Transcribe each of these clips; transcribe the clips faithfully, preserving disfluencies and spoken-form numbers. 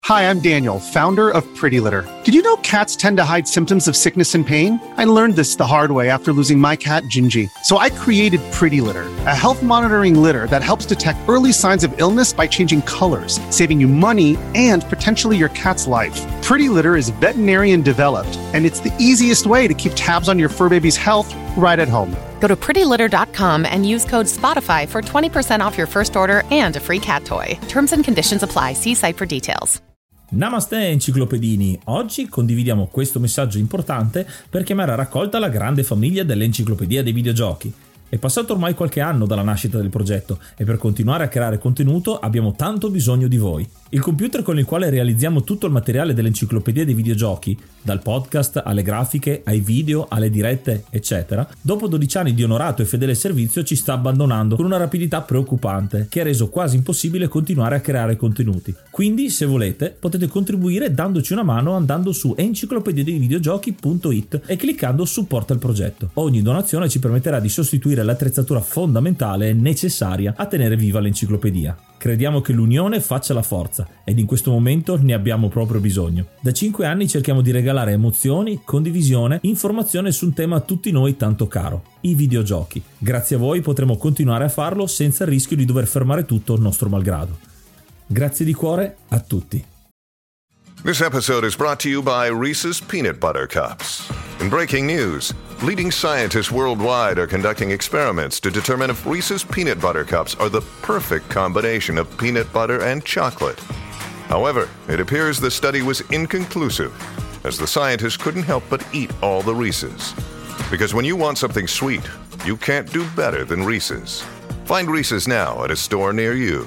Hi, I'm Daniel, founder of Pretty Litter. Did you know cats tend to hide symptoms of sickness and pain? I learned this the hard way after losing my cat, Gingy. So I created Pretty Litter, a health monitoring litter that helps detect early signs of illness by changing colors, saving you money and potentially your cat's life. Pretty Litter is veterinarian developed, and it's the easiest way to keep tabs on your fur baby's health right at home. Go to pretty litter dot com and use code Spotify for twenty percent off your first order and a free cat toy. Terms and conditions apply. See site for details. Namaste enciclopedini, oggi condividiamo questo messaggio importante per chiamare a raccolta la grande famiglia dell'Enciclopedia dei Videogiochi. È passato ormai qualche anno dalla nascita del progetto e per continuare a creare contenuto abbiamo tanto bisogno di voi. Il computer con il quale realizziamo tutto il materiale dell'Enciclopedia dei Videogiochi, dal podcast alle grafiche, ai video, alle dirette, eccetera, dopo dodici anni di onorato e fedele servizio ci sta abbandonando con una rapidità preoccupante che ha reso quasi impossibile continuare a creare contenuti. Quindi, se volete, potete contribuire dandoci una mano andando su enciclopedia dei videogiochi punto it e cliccando supporta il progetto. Ogni donazione ci permetterà di sostituire l'attrezzatura fondamentale e necessaria a tenere viva l'enciclopedia. Crediamo che l'unione faccia la forza ed in questo momento ne abbiamo proprio bisogno. Da cinque anni cerchiamo di regalare emozioni, condivisione, informazione su un tema a tutti noi tanto caro, i videogiochi. Grazie a voi potremo continuare a farlo senza il rischio di dover fermare tutto nostro malgrado. Grazie di cuore a tutti. This episode is brought to you by Reese's Peanut Butter Cups. In breaking news, leading scientists worldwide are conducting experiments to determine if Reese's Peanut Butter Cups are the perfect combination of peanut butter and chocolate. However, it appears the study was inconclusive, as the scientists couldn't help but eat all the Reese's. Because when you want something sweet, you can't do better than Reese's. Find Reese's now at a store near you.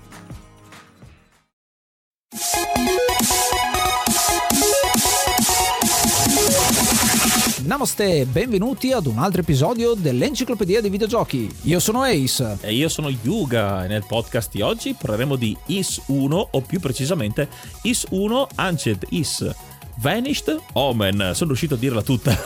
Namaste, benvenuti ad un altro episodio dell'Enciclopedia dei Videogiochi. Io sono Ace. E io sono Yuga e nel podcast di oggi parleremo di Is uno o più precisamente Is uno Ancient Is Vanished Omen. Sono riuscito a dirla tutta.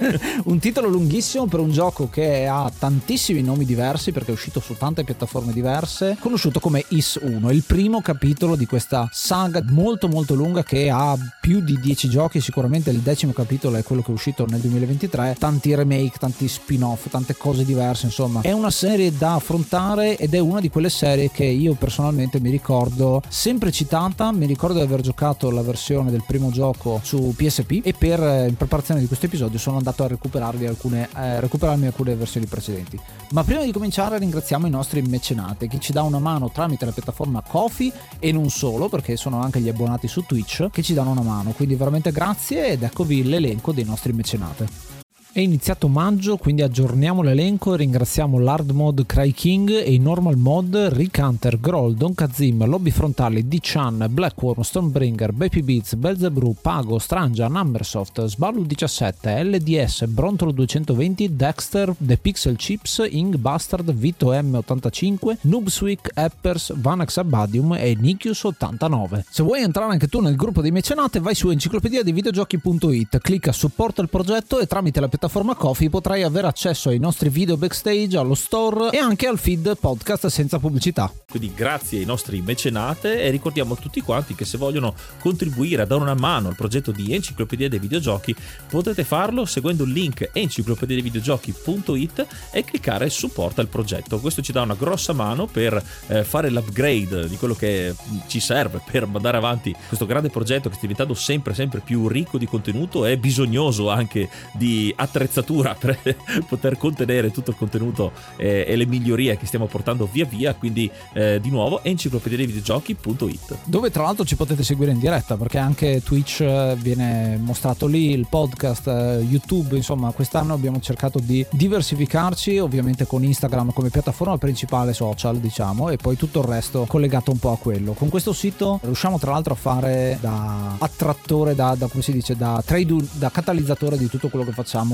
Un titolo lunghissimo per un gioco che ha tantissimi nomi diversi perché è uscito su tante piattaforme diverse, conosciuto come Is uno, il primo capitolo di questa saga molto molto lunga che ha più di dieci giochi. Sicuramente il decimo capitolo è quello che è uscito nel duemilaventitré, tanti remake, tanti spin-off, tante cose diverse, insomma è una serie da affrontare ed è una di quelle serie che io personalmente mi ricordo sempre citata. Mi ricordo di aver giocato la versione del primo gioco su P S P e per in preparazione di questo episodio sono andato a recuperarvi alcune eh, recuperarmi alcune versioni precedenti. Ma prima di cominciare ringraziamo i nostri mecenati, chi ci dà una mano tramite la piattaforma Ko-fi e non solo, perché sono anche gli abbonati su Twitch che ci danno una mano, quindi veramente grazie ed eccovi l'elenco dei nostri mecenati. È iniziato maggio, quindi aggiorniamo l'elenco e ringraziamo l'Hard Mod Cry King e i Normal Mod Rick Hunter, Groll, Don Kazim, Lobby Frontali, D-Chan, Blackworm, Stormbringer, Baby Beats, Belzebrew, Pago, Strangia, Numbersoft, Sballu diciassette, L D S, Brontolo duecentoventi, Dexter, The Pixel Chips, Ing Bastard, Vito M ottantacinque, Noobswick, Eppers, Vanex Abadium e Nikius ottantanove. Se vuoi entrare anche tu nel gruppo dei mecenate, vai su enciclopedia dei videogiochi punto it, clicca supporta il progetto e tramite la piattaforma Ko-fi potrai avere accesso ai nostri video backstage, allo store e anche al feed podcast senza pubblicità. Quindi grazie ai nostri mecenate e ricordiamo a tutti quanti che se vogliono contribuire a dare una mano al progetto di Enciclopedia dei Videogiochi potete farlo seguendo il link enciclopedia dei videogiochi punto it e cliccare supporta il progetto. Questo ci dà una grossa mano per eh, fare l'upgrade di quello che ci serve per mandare avanti questo grande progetto che sta diventando sempre sempre più ricco di contenuto e bisognoso anche di attrezzatura per poter contenere tutto il contenuto eh, e le migliorie che stiamo portando via via. Quindi eh, di nuovo enciclopedia dei videogiochi punto it, dove tra l'altro ci potete seguire in diretta perché anche Twitch viene mostrato lì, il podcast, YouTube, insomma quest'anno abbiamo cercato di diversificarci, ovviamente con Instagram come piattaforma principale social, diciamo, e poi tutto il resto collegato un po' a quello. Con questo sito riusciamo tra l'altro a fare da attrattore, da, da come si dice, da trade, da catalizzatore di tutto quello che facciamo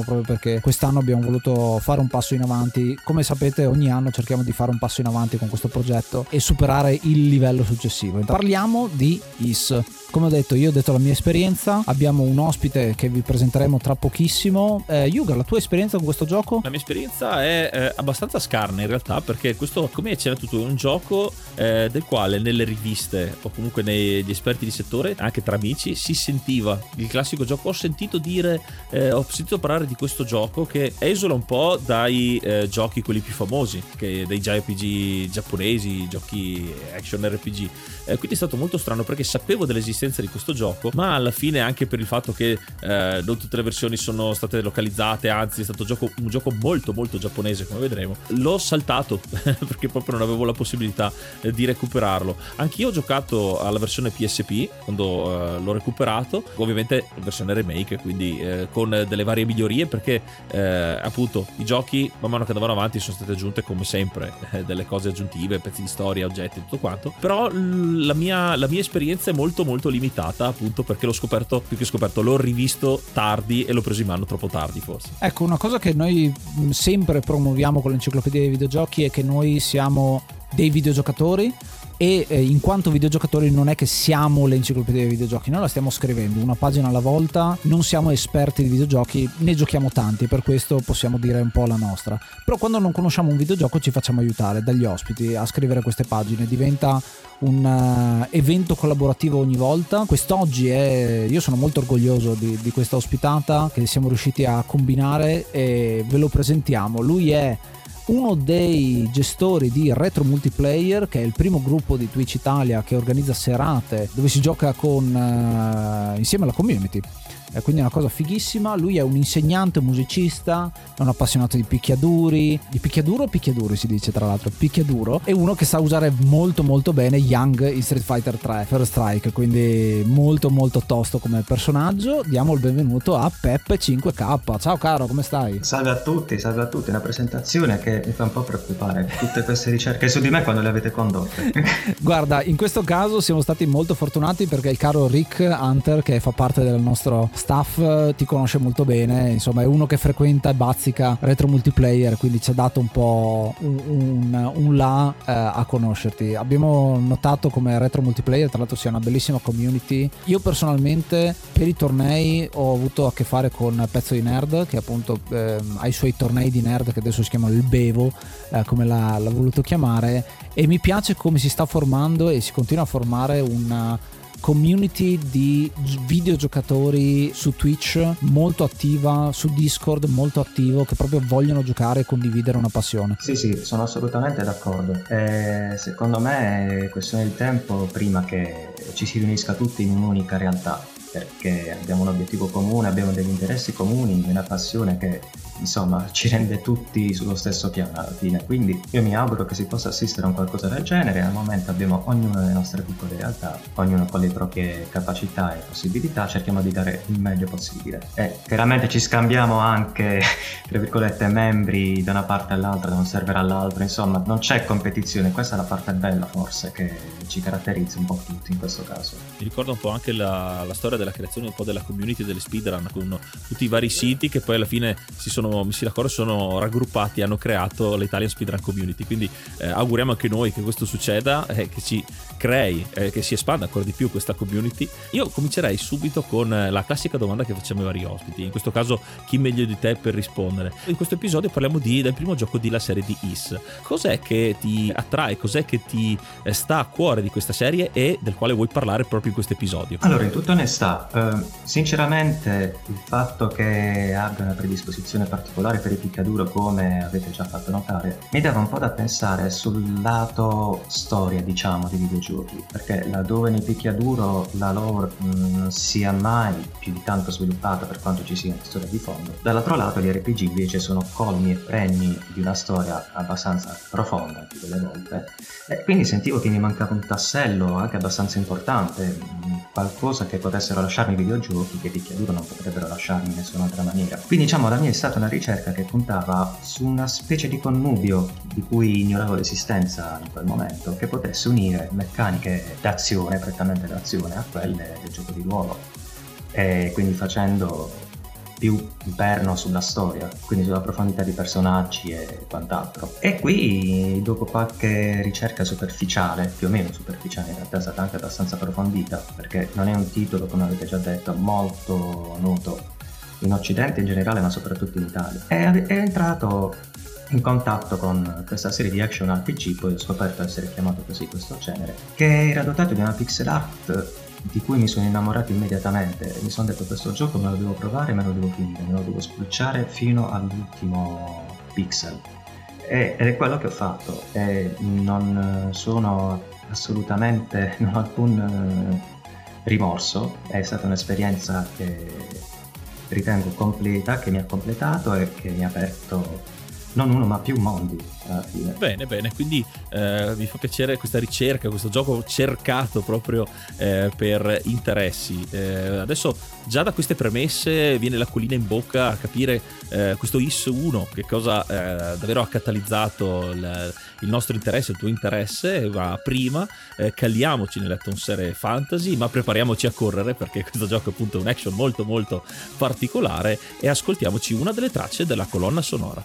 proprio perché quest'anno abbiamo voluto fare un passo in avanti. Come sapete, ogni anno cerchiamo di fare un passo in avanti con questo progetto e superare il livello successivo. Parliamo di I S. Come ho detto, io ho detto la mia esperienza, abbiamo un ospite che vi presenteremo tra pochissimo. eh, Yuga, la tua esperienza con questo gioco? La mia esperienza è eh, abbastanza scarna in realtà, perché questo, come c'era tutto, è un gioco eh, del quale nelle riviste o comunque negli esperti di settore, anche tra amici, si sentiva il classico gioco. Ho sentito dire, eh, ho sentito parlare di questo gioco che esula un po' dai eh, giochi quelli più famosi, che dei J R P G giapponesi, giochi action R P G, eh, quindi è stato molto strano perché sapevo dell'esistenza di questo gioco, ma alla fine, anche per il fatto che eh, non tutte le versioni sono state localizzate, anzi è stato un gioco, un gioco molto molto giapponese, come vedremo, l'ho saltato perché proprio non avevo la possibilità eh, di recuperarlo. Anch'io ho giocato alla versione P S P quando eh, l'ho recuperato, ovviamente versione remake, quindi eh, con delle varie migliorie, perché eh, appunto i giochi man mano che andavano avanti sono state aggiunte come sempre eh, delle cose aggiuntive, pezzi di storia, oggetti, tutto quanto. Però la mia, la mia esperienza è molto molto limitata, appunto perché l'ho scoperto, più che scoperto, l'ho rivisto tardi e l'ho preso in mano troppo tardi forse. Ecco, una cosa che noi sempre promuoviamo con l'enciclopedia dei videogiochi è che noi siamo dei videogiocatori e eh, in quanto videogiocatori non è che siamo l'enciclopedia dei videogiochi, noi la stiamo scrivendo una pagina alla volta, non siamo esperti di videogiochi, ne giochiamo tanti e per questo possiamo dire un po' la nostra. Però quando non conosciamo un videogioco ci facciamo aiutare dagli ospiti a scrivere queste pagine, diventa un uh, evento collaborativo ogni volta. Quest'oggi è, io sono molto orgoglioso di, di questa ospitata che siamo riusciti a combinare e ve lo presentiamo. Lui è uno dei gestori di Retro Multiplayer, che è il primo gruppo di Twitch Italia che organizza serate dove si gioca con uh, insieme alla community. E quindi è una cosa fighissima. Lui è un insegnante, un musicista, è un appassionato di picchiaduri, di picchiaduro o picchiaduri si dice tra l'altro, picchiaduro, è uno che sa usare molto molto bene Young in Street Fighter tre First Strike, quindi molto molto tosto come personaggio. Diamo il benvenuto a Peppe cinque K. Ciao caro, come stai? Salve a tutti, salve a tutti. Una presentazione che mi fa un po' preoccupare, tutte queste ricerche su di me quando le avete condotte. Guarda, in questo caso siamo stati molto fortunati perché il caro Rick Hunter, che fa parte del nostro staff, ti conosce molto bene, insomma è uno che frequenta e bazzica Retro Multiplayer, quindi ci ha dato un po' un, un, un là eh, a conoscerti. Abbiamo notato come Retro Multiplayer tra l'altro sia una bellissima community. Io personalmente per i tornei ho avuto a che fare con Pezzo di Nerd, che appunto eh, ha i suoi tornei di nerd che adesso si chiamano il Bevo, eh, come l'ha, l'ha voluto chiamare, e mi piace come si sta formando e si continua a formare una community di videogiocatori su Twitch molto attiva, su Discord molto attivo, che proprio vogliono giocare e condividere una passione. Sì sì, sono assolutamente d'accordo. Eh, secondo me è questione di tempo prima che ci si riunisca tutti in un'unica realtà, perché abbiamo un obiettivo comune, abbiamo degli interessi comuni, una passione che insomma ci rende tutti sullo stesso piano alla fine. Quindi io mi auguro che si possa assistere a un qualcosa del genere. Al momento abbiamo ognuno le nostre piccole realtà, ognuno con le proprie capacità e possibilità, cerchiamo di dare il meglio possibile e chiaramente ci scambiamo anche tra virgolette membri da una parte all'altra, da un server all'altro, insomma non c'è competizione. Questa è la parte bella forse che ci caratterizza un po' tutti in questo caso. Mi ricorda un po' anche la, la storia della creazione un po' della community delle speedrun, con tutti i vari siti che poi alla fine si sono messi d'accordo, sono raggruppati e hanno creato l'Italian Speedrun Community. Quindi eh, auguriamo anche noi che questo succeda, eh, che ci crei, eh, che si espanda ancora di più questa community. Io comincerei subito con la classica domanda che facciamo ai vari ospiti, in questo caso chi meglio di te per rispondere. In questo episodio parliamo di, del primo gioco della serie di I S. Cos'è che ti attrae, cos'è che ti eh, sta a cuore di questa serie e del quale vuoi parlare proprio in questo episodio? Allora, in tutta onestà, eh, sinceramente il fatto che abbia una predisposizione particolare per il picchiaduro, come avete già fatto notare, mi dava un po' da pensare sul lato storia, diciamo, dei videogiochi, perché laddove nel picchiaduro la lore mh, non sia mai più di tanto sviluppata per quanto ci sia una storia di fondo, dall'altro lato gli R P G invece sono colmi e pregni di una storia abbastanza profonda più delle volte, e quindi sentivo che mi mancava un tassello anche abbastanza importante, mh, qualcosa che potessero lasciarmi i videogiochi che picchiaduro non potrebbero lasciarmi in nessun'altra maniera. Quindi diciamo la mia è stata una ricerca che puntava su una specie di connubio di cui ignoravo l'esistenza in quel momento, che potesse unire meccaniche d'azione, prettamente d'azione, a quelle del gioco di ruolo, e quindi facendo più perno sulla storia, quindi sulla profondità di personaggi e quant'altro. E qui, dopo qualche ricerca superficiale, più o meno superficiale, in realtà è stata anche abbastanza approfondita, perché non è un titolo, come avete già detto, molto noto in Occidente in generale, ma soprattutto in Italia. È, è entrato in contatto con questa serie di action R P G, poi ho scoperto essere chiamato così questo genere, che era dotato di una pixel art di cui mi sono innamorato immediatamente. Mi sono detto: questo gioco me lo devo provare, me lo devo finire, me lo devo spulciare fino all'ultimo pixel, e, ed è quello che ho fatto. E non sono assolutamente, non ho alcun rimorso, è stata un'esperienza che ritengo completa, che mi ha completato e che mi ha aperto non uno ma più mondi alla fine. Bene, bene, quindi eh, mi fa piacere questa ricerca, questo gioco cercato proprio eh, per interessi. Eh, adesso già da queste premesse viene l'acquolina in bocca a capire eh, questo I S uno, che cosa eh, davvero ha catalizzato il, il nostro interesse, il tuo interesse. Ma prima eh, caliamoci nell'atmosfera fantasy, ma prepariamoci a correre, perché questo gioco è appunto un action molto molto particolare, e ascoltiamoci una delle tracce della colonna sonora.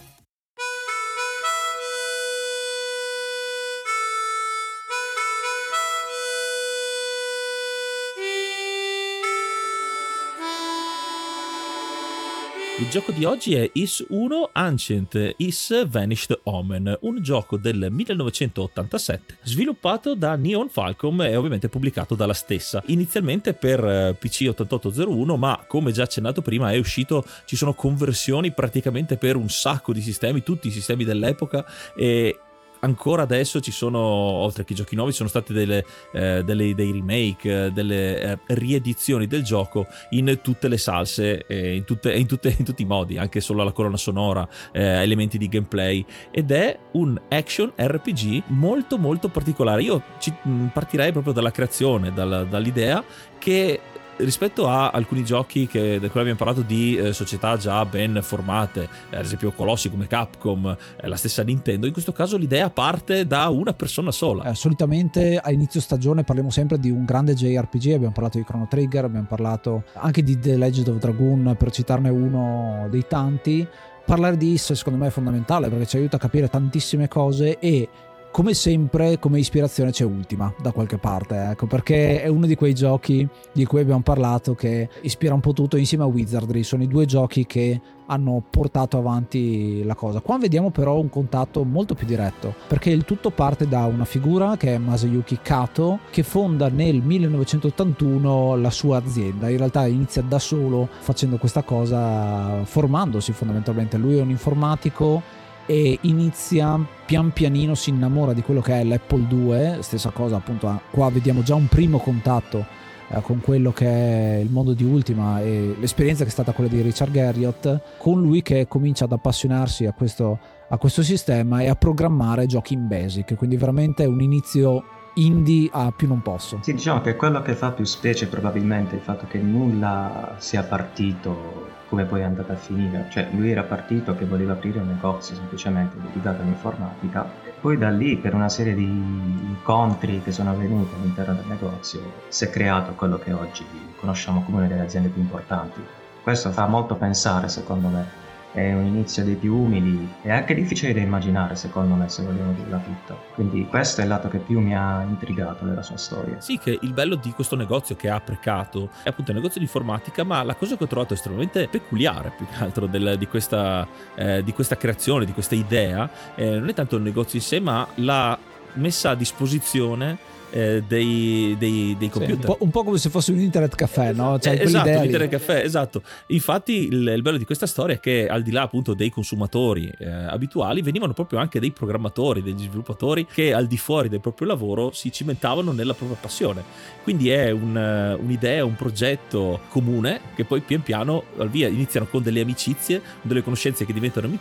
Il gioco di oggi è I S uno Ancient Is Vanished Omen, un gioco del millenovecentottantasette sviluppato da Neon Falcom e ovviamente pubblicato dalla stessa. Inizialmente per P C ottantotto zero uno, ma come già accennato prima è uscito, ci sono conversioni praticamente per un sacco di sistemi, tutti i sistemi dell'epoca, e ancora adesso ci sono, oltre che giochi nuovi, ci sono state delle, eh, delle, dei remake, delle eh, riedizioni del gioco in tutte le salse, eh, in, tutte, in, tutte, in tutti i modi, anche solo alla colonna sonora, eh, elementi di gameplay, ed è un action R P G molto molto particolare. Io ci, partirei proprio dalla creazione, dal, dall'idea che, rispetto a alcuni giochi che, da cui abbiamo parlato, di eh, società già ben formate, eh, ad esempio colossi come Capcom, eh, la stessa Nintendo, in questo caso l'idea parte da una persona sola. Eh, solitamente a inizio stagione parliamo sempre di un grande J R P G, abbiamo parlato di Chrono Trigger, abbiamo parlato anche di The Legend of Dragoon, per citarne uno dei tanti. Parlare di I S secondo me è fondamentale, perché ci aiuta a capire tantissime cose, e come sempre, come ispirazione c'è Ultima da qualche parte, ecco, perché è uno di quei giochi di cui abbiamo parlato che ispira un po' tutto, insieme a Wizardry. Sono i due giochi che hanno portato avanti la cosa. Qua vediamo però un contatto molto più diretto, perché il tutto parte da una figura che è Masayuki Kato, che fonda nel millenovecentottantuno la sua azienda. In realtà inizia da solo facendo questa cosa, formandosi fondamentalmente. Lui è un informatico e inizia pian pianino, si innamora di quello che è l'Apple due. Stessa cosa appunto, qua vediamo già un primo contatto eh, con quello che è il mondo di Ultima, e l'esperienza che è stata quella di Richard Garriott, con lui che comincia ad appassionarsi a questo, a questo sistema e a programmare giochi in Basic, quindi veramente un inizio indie a più non posso. Sì, diciamo che quello che fa più specie probabilmente è il fatto che nulla sia partito come poi è andata a finire. Cioè, lui era partito che voleva aprire un negozio semplicemente dedicato all'informatica, e poi da lì, per una serie di incontri che sono avvenuti all'interno del negozio, si è creato quello che oggi conosciamo come una delle aziende più importanti. Questo fa molto pensare, secondo me. È un inizio dei più umili, è anche difficile da immaginare, secondo me, se vogliamo dirla tutta. Quindi questo è il lato che più mi ha intrigato della sua storia. Sì, che il bello di questo negozio che ha precato è appunto un negozio di informatica, ma la cosa che ho trovato estremamente peculiare, più che altro del, di, questa, eh, di questa creazione, di questa idea, eh, non è tanto il negozio in sé, ma la messa a disposizione Eh, dei, dei, dei computer. Sì, un, po', un po' come se fosse un internet caffè, no? Cioè, eh, esatto, un internet caffè, esatto. Infatti il, il bello di questa storia è che, al di là appunto dei consumatori eh, abituali, venivano proprio anche dei programmatori, degli sviluppatori che al di fuori del proprio lavoro si cimentavano nella propria passione. Quindi è un, un'idea, un progetto comune che poi pian piano al via iniziano con delle amicizie, delle conoscenze che diventano amicizie,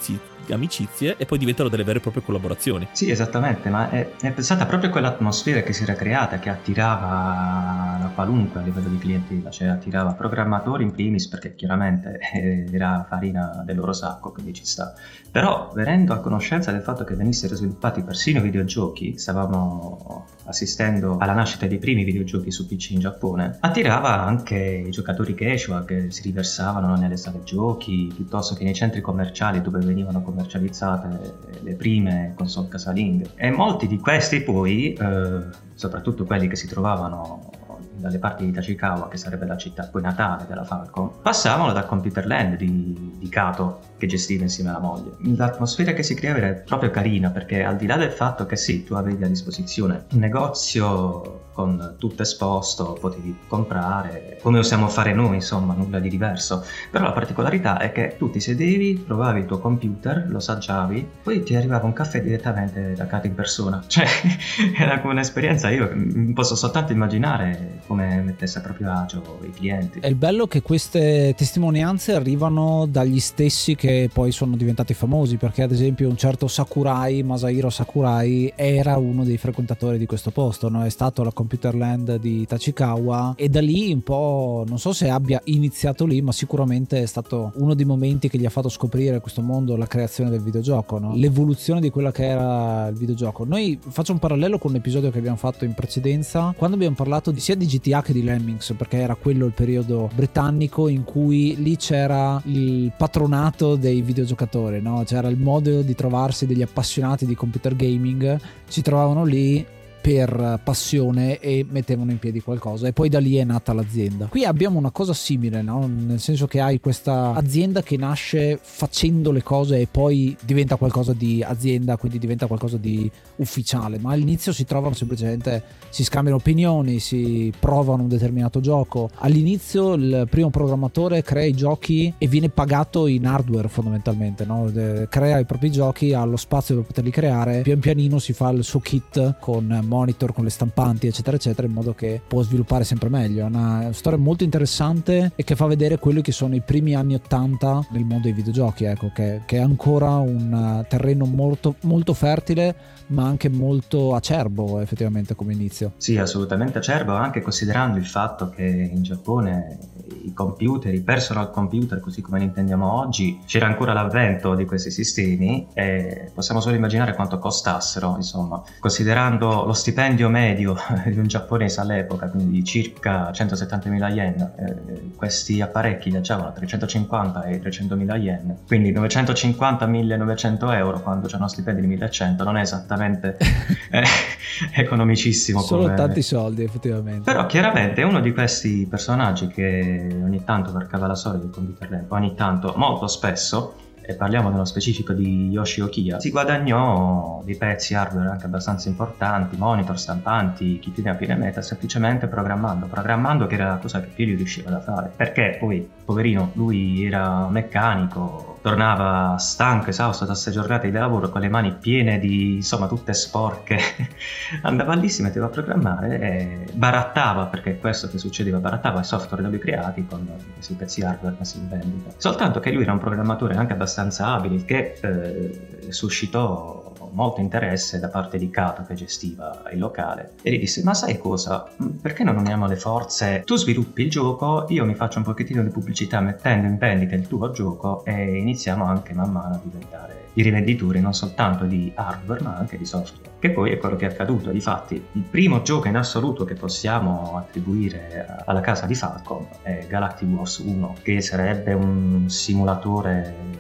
amicizie e poi diventano delle vere e proprie collaborazioni. Sì, esattamente, ma è, è stata proprio quell'atmosfera che si era creata che attirava la qualunque a livello di clientela, cioè attirava programmatori in primis, perché chiaramente era farina del loro sacco, quindi ci sta. Però venendo a conoscenza del fatto che venissero sviluppati persino videogiochi, stavamo assistendo alla nascita dei primi videogiochi su P C in Giappone, attirava anche i giocatori casual che si riversavano nelle sale giochi piuttosto che nei centri commerciali dove venivano commercializzate le prime console casalinghe, e molti di questi poi, eh, soprattutto quelli che si trovavano dalle parti di Tachikawa, che sarebbe la città poi natale della Falcom, passavano da Computerland di, di Kato, che gestiva insieme alla moglie. L'atmosfera che si creava era proprio carina, perché al di là del fatto che sì, tu avevi a disposizione un negozio con tutto esposto, potevi comprare come usiamo fare noi, insomma nulla di diverso, però la particolarità è che tu ti sedevi, provavi il tuo computer, lo assaggiavi, poi ti arrivava un caffè direttamente da Kato in persona, cioè era come un'esperienza, io posso soltanto immaginare come mettesse a proprio agio i clienti. È il bello che queste testimonianze arrivano dagli stessi che poi sono diventati famosi, perché ad esempio un certo Sakurai, Masahiro Sakurai, era uno dei frequentatori di questo posto, no? È stato alla Computerland di Tachikawa e da lì un po', non so se abbia iniziato lì, ma sicuramente è stato uno dei momenti che gli ha fatto scoprire questo mondo, la creazione del videogioco, no? L'evoluzione di quella che era il videogioco. Noi faccio un parallelo con l'episodio che abbiamo fatto in precedenza, quando abbiamo parlato di, sia di G T A che di Lemmings, perché era quello il periodo britannico in cui lì c'era il patronato dei videogiocatori, no? C'era il modo di trovarsi degli appassionati di computer gaming, si trovavano lì per passione e mettevano in piedi qualcosa, e poi da lì è nata l'azienda. Qui abbiamo una cosa simile, no? Nel senso che hai questa azienda che nasce facendo le cose e poi diventa qualcosa di azienda, quindi diventa qualcosa di ufficiale, ma all'inizio si trovano semplicemente, si scambiano opinioni, si provano un determinato gioco. All'inizio il primo programmatore crea i giochi e viene pagato in hardware fondamentalmente, no? Crea i propri giochi, ha lo spazio per poterli creare, pian pianino si fa il suo kit con monitor, con le stampanti eccetera eccetera, in modo che può sviluppare sempre meglio. È una storia molto interessante e che fa vedere quelli che sono i primi anni ottanta nel mondo dei videogiochi, ecco, che, che è ancora un terreno molto, molto fertile, ma anche molto acerbo effettivamente come inizio. Sì, assolutamente acerbo, anche considerando il fatto che in Giappone i computer, i personal computer così come li intendiamo oggi, c'era ancora l'avvento di questi sistemi e possiamo solo immaginare quanto costassero, insomma, considerando lo stipendio medio di un giapponese all'epoca, quindi circa centosettantamila yen, eh, questi apparecchi viaggiavano tra i centocinquanta e i trecentomila yen, quindi novecentocinquanta millenovecento euro quando c'è uno stipendio di millecento non è esattamente eh, economicissimo. Sono come... tanti soldi effettivamente. Però chiaramente è uno di questi personaggi che ogni tanto varcava la soglia del Computerland, ogni tanto, molto spesso, e parliamo nello specifico di Yoshi Okiya, si guadagnò dei pezzi hardware anche abbastanza importanti, monitor, stampanti, chi più ne ha più ne metta, semplicemente programmando, programmando che era la cosa che più gli riusciva da fare, perché poi, poverino, lui era meccanico, tornava stanco, esausto da queste giornate di lavoro con le mani piene di, insomma, tutte sporche, andava lì, si metteva a programmare e barattava, perché questo che succedeva, barattava i software da lui creati con questi pezzi hardware messi in vendita. Soltanto che lui era un programmatore anche abbastanza abile, che eh, suscitò molto interesse da parte di Kato, che gestiva il locale, e gli disse: ma sai cosa, perché non uniamo le forze, tu sviluppi il gioco, io mi faccio un pochettino di pubblicità mettendo in vendita il tuo gioco e iniziamo anche man mano a diventare i rivenditori non soltanto di hardware ma anche di software, che poi è quello che è accaduto. Difatti il primo gioco in assoluto che possiamo attribuire alla casa di Falcom è Galactic Wars uno, che sarebbe un simulatore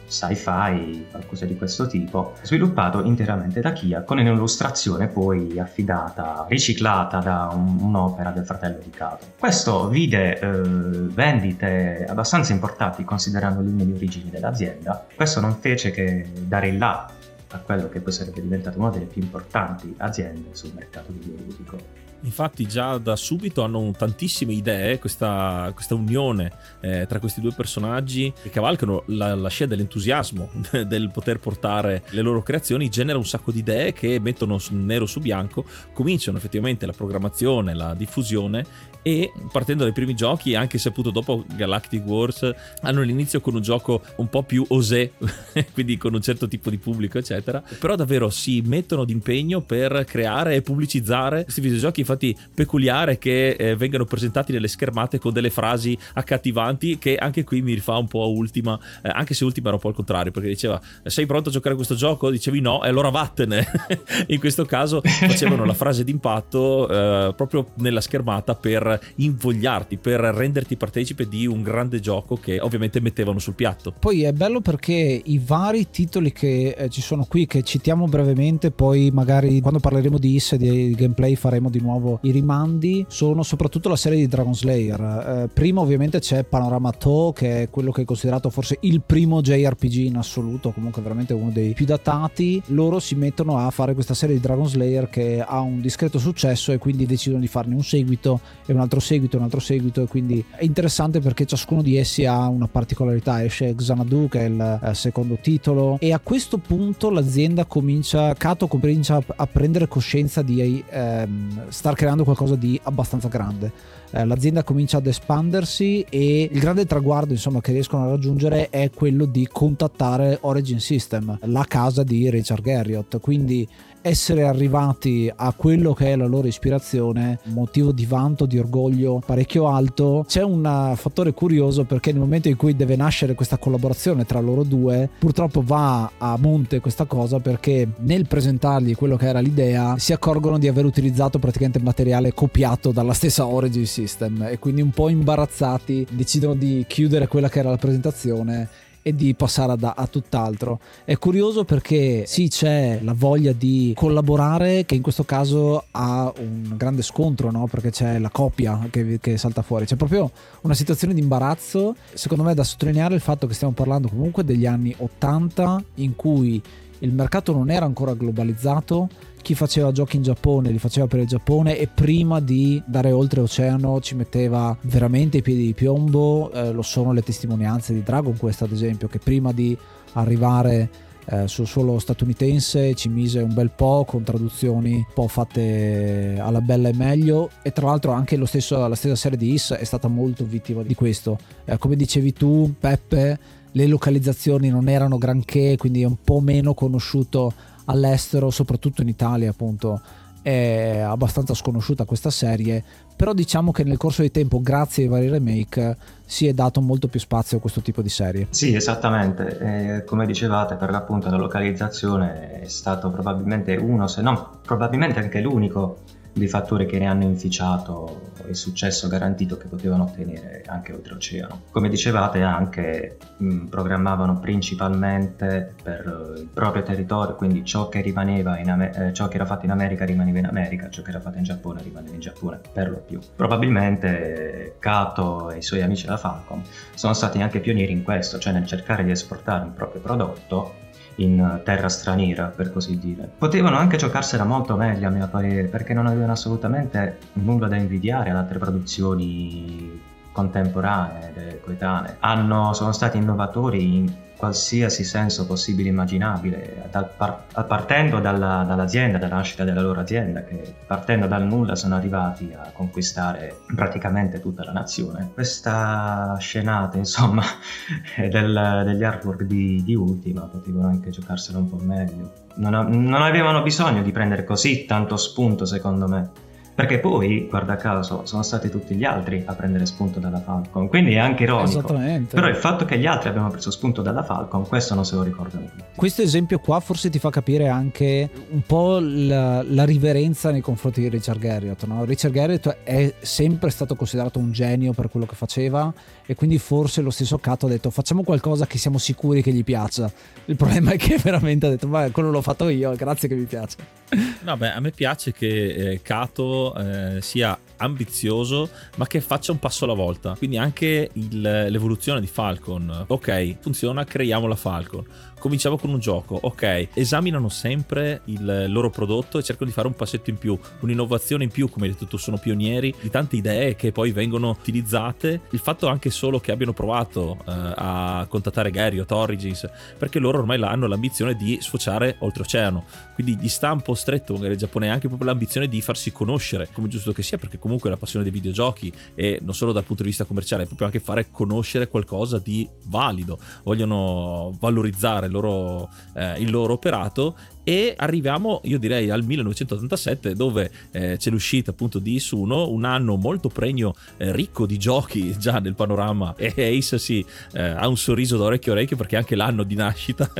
sci-fi, qualcosa di questo tipo, sviluppato interamente da Kia, con un'illustrazione poi affidata, riciclata da un, un'opera del fratello di Kato. Questo vide eh, vendite abbastanza importanti considerando le linee di origine dell'azienda. Questo non fece che dare il là a quello che poi sarebbe diventato una delle più importanti aziende sul mercato videoludico. Infatti già da subito hanno tantissime idee, questa, questa unione eh, tra questi due personaggi che cavalcano la, la scia dell'entusiasmo del poter portare le loro creazioni, genera un sacco di idee che mettono nero su bianco, cominciano effettivamente la programmazione, la diffusione, e partendo dai primi giochi, anche se appunto dopo Galactic Wars hanno l'inizio con un gioco un po' più osé quindi con un certo tipo di pubblico eccetera, però davvero si mettono d'impegno per creare e pubblicizzare questi videogiochi, infatti peculiare che eh, vengano presentati nelle schermate con delle frasi accattivanti, che anche qui mi rifà un po' a Ultima, eh, anche se Ultima era un po' al contrario, perché diceva sei pronto a giocare a questo gioco? Dicevi no, e allora vattene. In questo caso facevano la frase d'impatto eh, proprio nella schermata per invogliarti, per renderti partecipe di un grande gioco che ovviamente mettevano sul piatto. Poi è bello perché i vari titoli che eh, ci sono qui, che citiamo brevemente, poi magari quando parleremo di I S e di gameplay faremo di nuovo i rimandi, sono soprattutto la serie di Dragon Slayer. Eh, prima ovviamente c'è Panorama To, che è quello che è considerato forse il primo J R P G in assoluto, comunque veramente uno dei più datati. Loro si mettono a fare questa serie di Dragon Slayer che ha un discreto successo e quindi decidono di farne un seguito e un altro seguito e un altro seguito, e quindi è interessante perché ciascuno di essi ha una particolarità. Esce Xanadu, che è il eh, secondo titolo, e a questo punto l'azienda comincia, Kato comincia a prendere coscienza di ehm, star creando qualcosa di abbastanza grande. Eh, l'azienda comincia ad espandersi e il grande traguardo insomma che riescono a raggiungere è quello di contattare Origin System, la casa di Richard Garriott, quindi essere arrivati a quello che è la loro ispirazione, motivo di vanto, di orgoglio parecchio alto. C'è un fattore curioso perché nel momento in cui deve nascere questa collaborazione tra loro due, purtroppo va a monte questa cosa, perché nel presentargli quello che era l'idea si accorgono di aver utilizzato praticamente materiale copiato dalla stessa Origin System, e quindi un po' imbarazzati decidono di chiudere quella che era la presentazione e di passare a, a tutt'altro. È curioso perché sì, c'è la voglia di collaborare, che in questo caso ha un grande scontro, no? Perché c'è la coppia che, che salta fuori, c'è proprio una situazione di imbarazzo. Secondo me è da sottolineare il fatto che stiamo parlando comunque degli anni ottanta, in cui il mercato non era ancora globalizzato, chi faceva giochi in Giappone li faceva per il Giappone, e prima di dare oltre oceano ci metteva veramente i piedi di piombo. Eh, lo sono le testimonianze di Dragon Quest ad esempio, che prima di arrivare eh, sul suolo statunitense ci mise un bel po' con traduzioni un po' fatte alla bella e meglio, e tra l'altro anche lo stesso, la stessa serie di I S è stata molto vittima di questo. Eh, come dicevi tu Peppe, le localizzazioni non erano granché, quindi è un po' meno conosciuto all'estero, soprattutto in Italia appunto è abbastanza sconosciuta questa serie, però diciamo che nel corso del tempo, grazie ai vari remake, si è dato molto più spazio a questo tipo di serie. Sì, esattamente, eh, come dicevate, per l'appunto la localizzazione è stato probabilmente uno, se non probabilmente anche l'unico dei fattori che ne hanno inficiato il successo garantito che potevano ottenere anche oltreoceano. Come dicevate, anche mh, programmavano principalmente per il proprio territorio, quindi ciò che rimaneva in Amer- eh, ciò che era fatto in America rimaneva in America, ciò che era fatto in Giappone rimaneva in Giappone per lo più. Probabilmente Kato e i suoi amici della Falcom sono stati anche pionieri in questo, cioè nel cercare di esportare un proprio prodotto in terra straniera, per così dire. Potevano anche giocarsela molto meglio a mio parere, perché non avevano assolutamente nulla da invidiare ad altre produzioni contemporanee, coetanee. Hanno, sono stati innovatori in qualsiasi senso possibile e immaginabile, dal par- partendo dalla, dall'azienda, dalla nascita della loro azienda, che partendo dal nulla sono arrivati a conquistare praticamente tutta la nazione. Questa scenata, insomma, del, degli artwork di, di Ultima potevano anche giocarsela un po' meglio. Non, non avevano bisogno di prendere così tanto spunto, secondo me. Perché poi, guarda caso, sono stati tutti gli altri a prendere spunto dalla Falcon, quindi è anche ironico. Esattamente. Però il fatto che gli altri abbiano preso spunto dalla Falcon, questo non se lo ricordano tutti. Questo esempio qua forse ti fa capire anche un po' la, la riverenza nei confronti di Richard Garriott, no? Richard Garriott è sempre stato considerato un genio per quello che faceva, e quindi forse lo stesso Kato ha detto facciamo qualcosa che siamo sicuri che gli piaccia. Il problema è che veramente ha detto ma quello l'ho fatto io, grazie che mi piace. No, beh, a me piace che eh, Kato eh, sia ambizioso ma che faccia un passo alla volta. Quindi anche il, l'evoluzione di Falcon, ok, funziona, creiamo la Falcon, cominciamo con un gioco, ok, esaminano sempre il loro prodotto e cercano di fare un passetto in più, un'innovazione in più, come hai detto tu, sono pionieri di tante idee che poi vengono utilizzate. Il fatto anche solo che abbiano provato eh, a contattare Garriott Origins, perché loro ormai hanno l'ambizione di sfociare oltreoceano, quindi gli sta un po' stretto magari il Giappone, anche proprio l'ambizione di farsi conoscere, come giusto che sia, perché comunque la passione dei videogiochi, e non solo dal punto di vista commerciale, è proprio anche fare conoscere qualcosa di valido, vogliono valorizzare il loro, eh, il loro operato. E arriviamo, io direi, al millenovecentottantasette, dove eh, c'è l'uscita appunto di Is uno, un anno molto pregno, eh, ricco di giochi già nel panorama, e Ace sì, eh, ha un sorriso da orecchio a orecchio perché è anche l'anno di nascita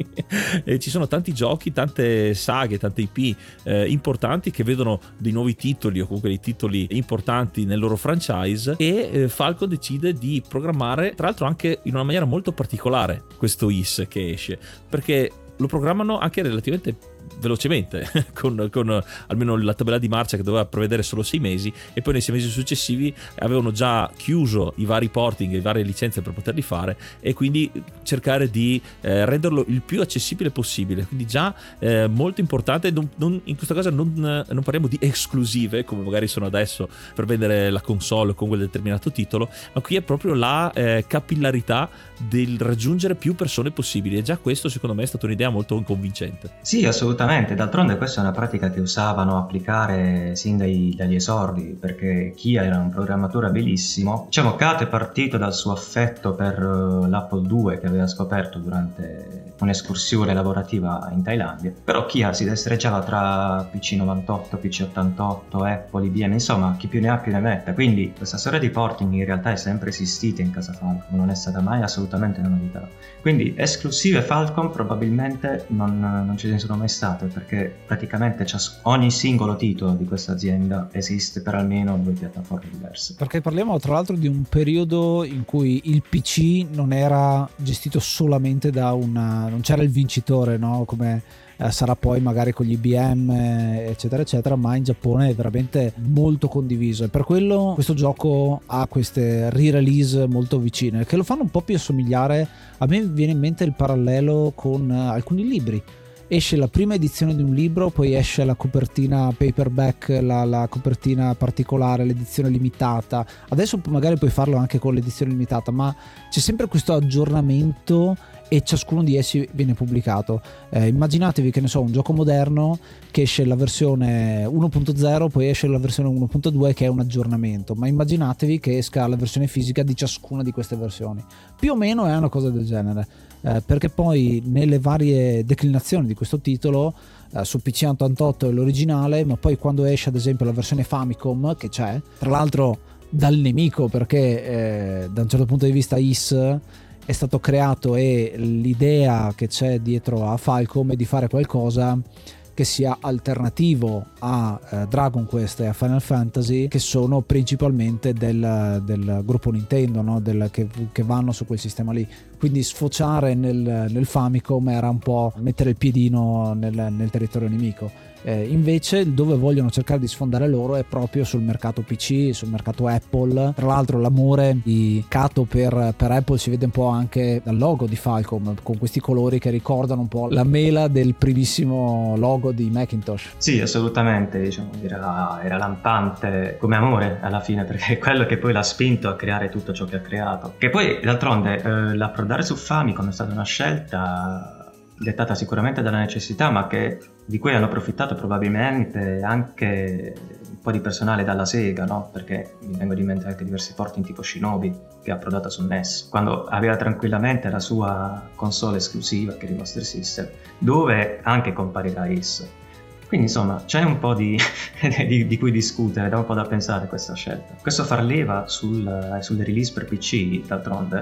e ci sono tanti giochi, tante saghe, tante I P eh, importanti che vedono dei nuovi titoli o comunque dei titoli importanti nel loro franchise, e eh, Falcon decide di programmare, tra l'altro anche in una maniera molto particolare, questo Is che esce, perché lo programmano anche relativamente velocemente con, con almeno la tabella di marcia che doveva prevedere solo sei mesi, e poi nei sei mesi successivi avevano già chiuso i vari porting, le varie licenze per poterli fare, e quindi cercare di eh, renderlo il più accessibile possibile. Quindi già eh, molto importante, non, non, in questa cosa non, non parliamo di esclusive come magari sono adesso per vendere la console con quel determinato titolo, ma qui è proprio la eh, capillarità del raggiungere più persone possibili, e già questo secondo me è stata un'idea molto convincente. Sì, assolutamente. D'altronde questa è una pratica che usavano applicare sin dai, dagli esordi, perché Kia era un programmatore abilissimo. Diciamo, Kato è partito dal suo affetto per uh, l'Apple due che aveva scoperto durante un'escursione lavorativa in Thailandia, però Kia si destreggiava tra P C novantotto, P C ottantotto, Apple, I B M, insomma chi più ne ha più ne metta. Quindi questa storia di porting in realtà è sempre esistita in casa Falcon, non è stata mai assolutamente una novità. Quindi esclusive Falcon probabilmente non, non ce ne sono mai state, perché praticamente cias- ogni singolo titolo di questa azienda esiste per almeno due piattaforme diverse. Perché parliamo tra l'altro di un periodo in cui il P C non era gestito solamente da una... non c'era il vincitore, no? Come eh, sarà poi magari con gli I B M eccetera eccetera, ma in Giappone è veramente molto condiviso, e per quello questo gioco ha queste re-release molto vicine che lo fanno un po' più assomigliare. A me viene in mente il parallelo con uh, alcuni libri. Esce la prima edizione di un libro, poi esce la copertina paperback, la, la copertina particolare, l'edizione limitata. Adesso magari puoi farlo anche con l'edizione limitata, ma c'è sempre questo aggiornamento e ciascuno di essi viene pubblicato. Eh, immaginatevi che ne so, un gioco moderno che esce la versione uno punto zero, poi esce la versione uno punto due che è un aggiornamento, ma immaginatevi che esca la versione fisica di ciascuna di queste versioni. Più o meno è una cosa del genere, eh, perché poi nelle varie declinazioni di questo titolo, eh, su P C ottantotto è l'originale, ma poi quando esce ad esempio la versione Famicom, che c'è tra l'altro dal nemico, perché eh, da un certo punto di vista Is è stato creato, e l'idea che c'è dietro a Falcom è di fare qualcosa che sia alternativo a eh, Dragon Quest e a Final Fantasy, che sono principalmente del, del gruppo Nintendo, no? del, che, che vanno su quel sistema lì. Quindi sfociare nel, nel Famicom era un po' mettere il piedino nel, nel territorio nemico. Eh, invece dove vogliono cercare di sfondare loro è proprio sul mercato P C, sul mercato Apple. Tra l'altro l'amore di Kato per, per Apple si vede un po' anche dal logo di Falcom, con questi colori che ricordano un po' la mela del primissimo logo di Macintosh. Sì, assolutamente, diciamo, era, era lampante come amore alla fine, perché è quello che poi l'ha spinto a creare tutto ciò che ha creato. Che poi d'altronde eh, l'approdare su Famicom è stata una scelta dettata sicuramente dalla necessità, ma che di cui hanno approfittato probabilmente anche un po' di personale dalla Sega, no? Perché mi vengono in mente anche diversi porting tipo Shinobi che ha approdato su N E S, quando aveva tranquillamente la sua console esclusiva che era il Master System, dove anche comparirà Is. Quindi insomma c'è un po' di, di, di cui discutere, da un po' da pensare questa scelta. Questo far leva sul, sulle release per P C, d'altronde,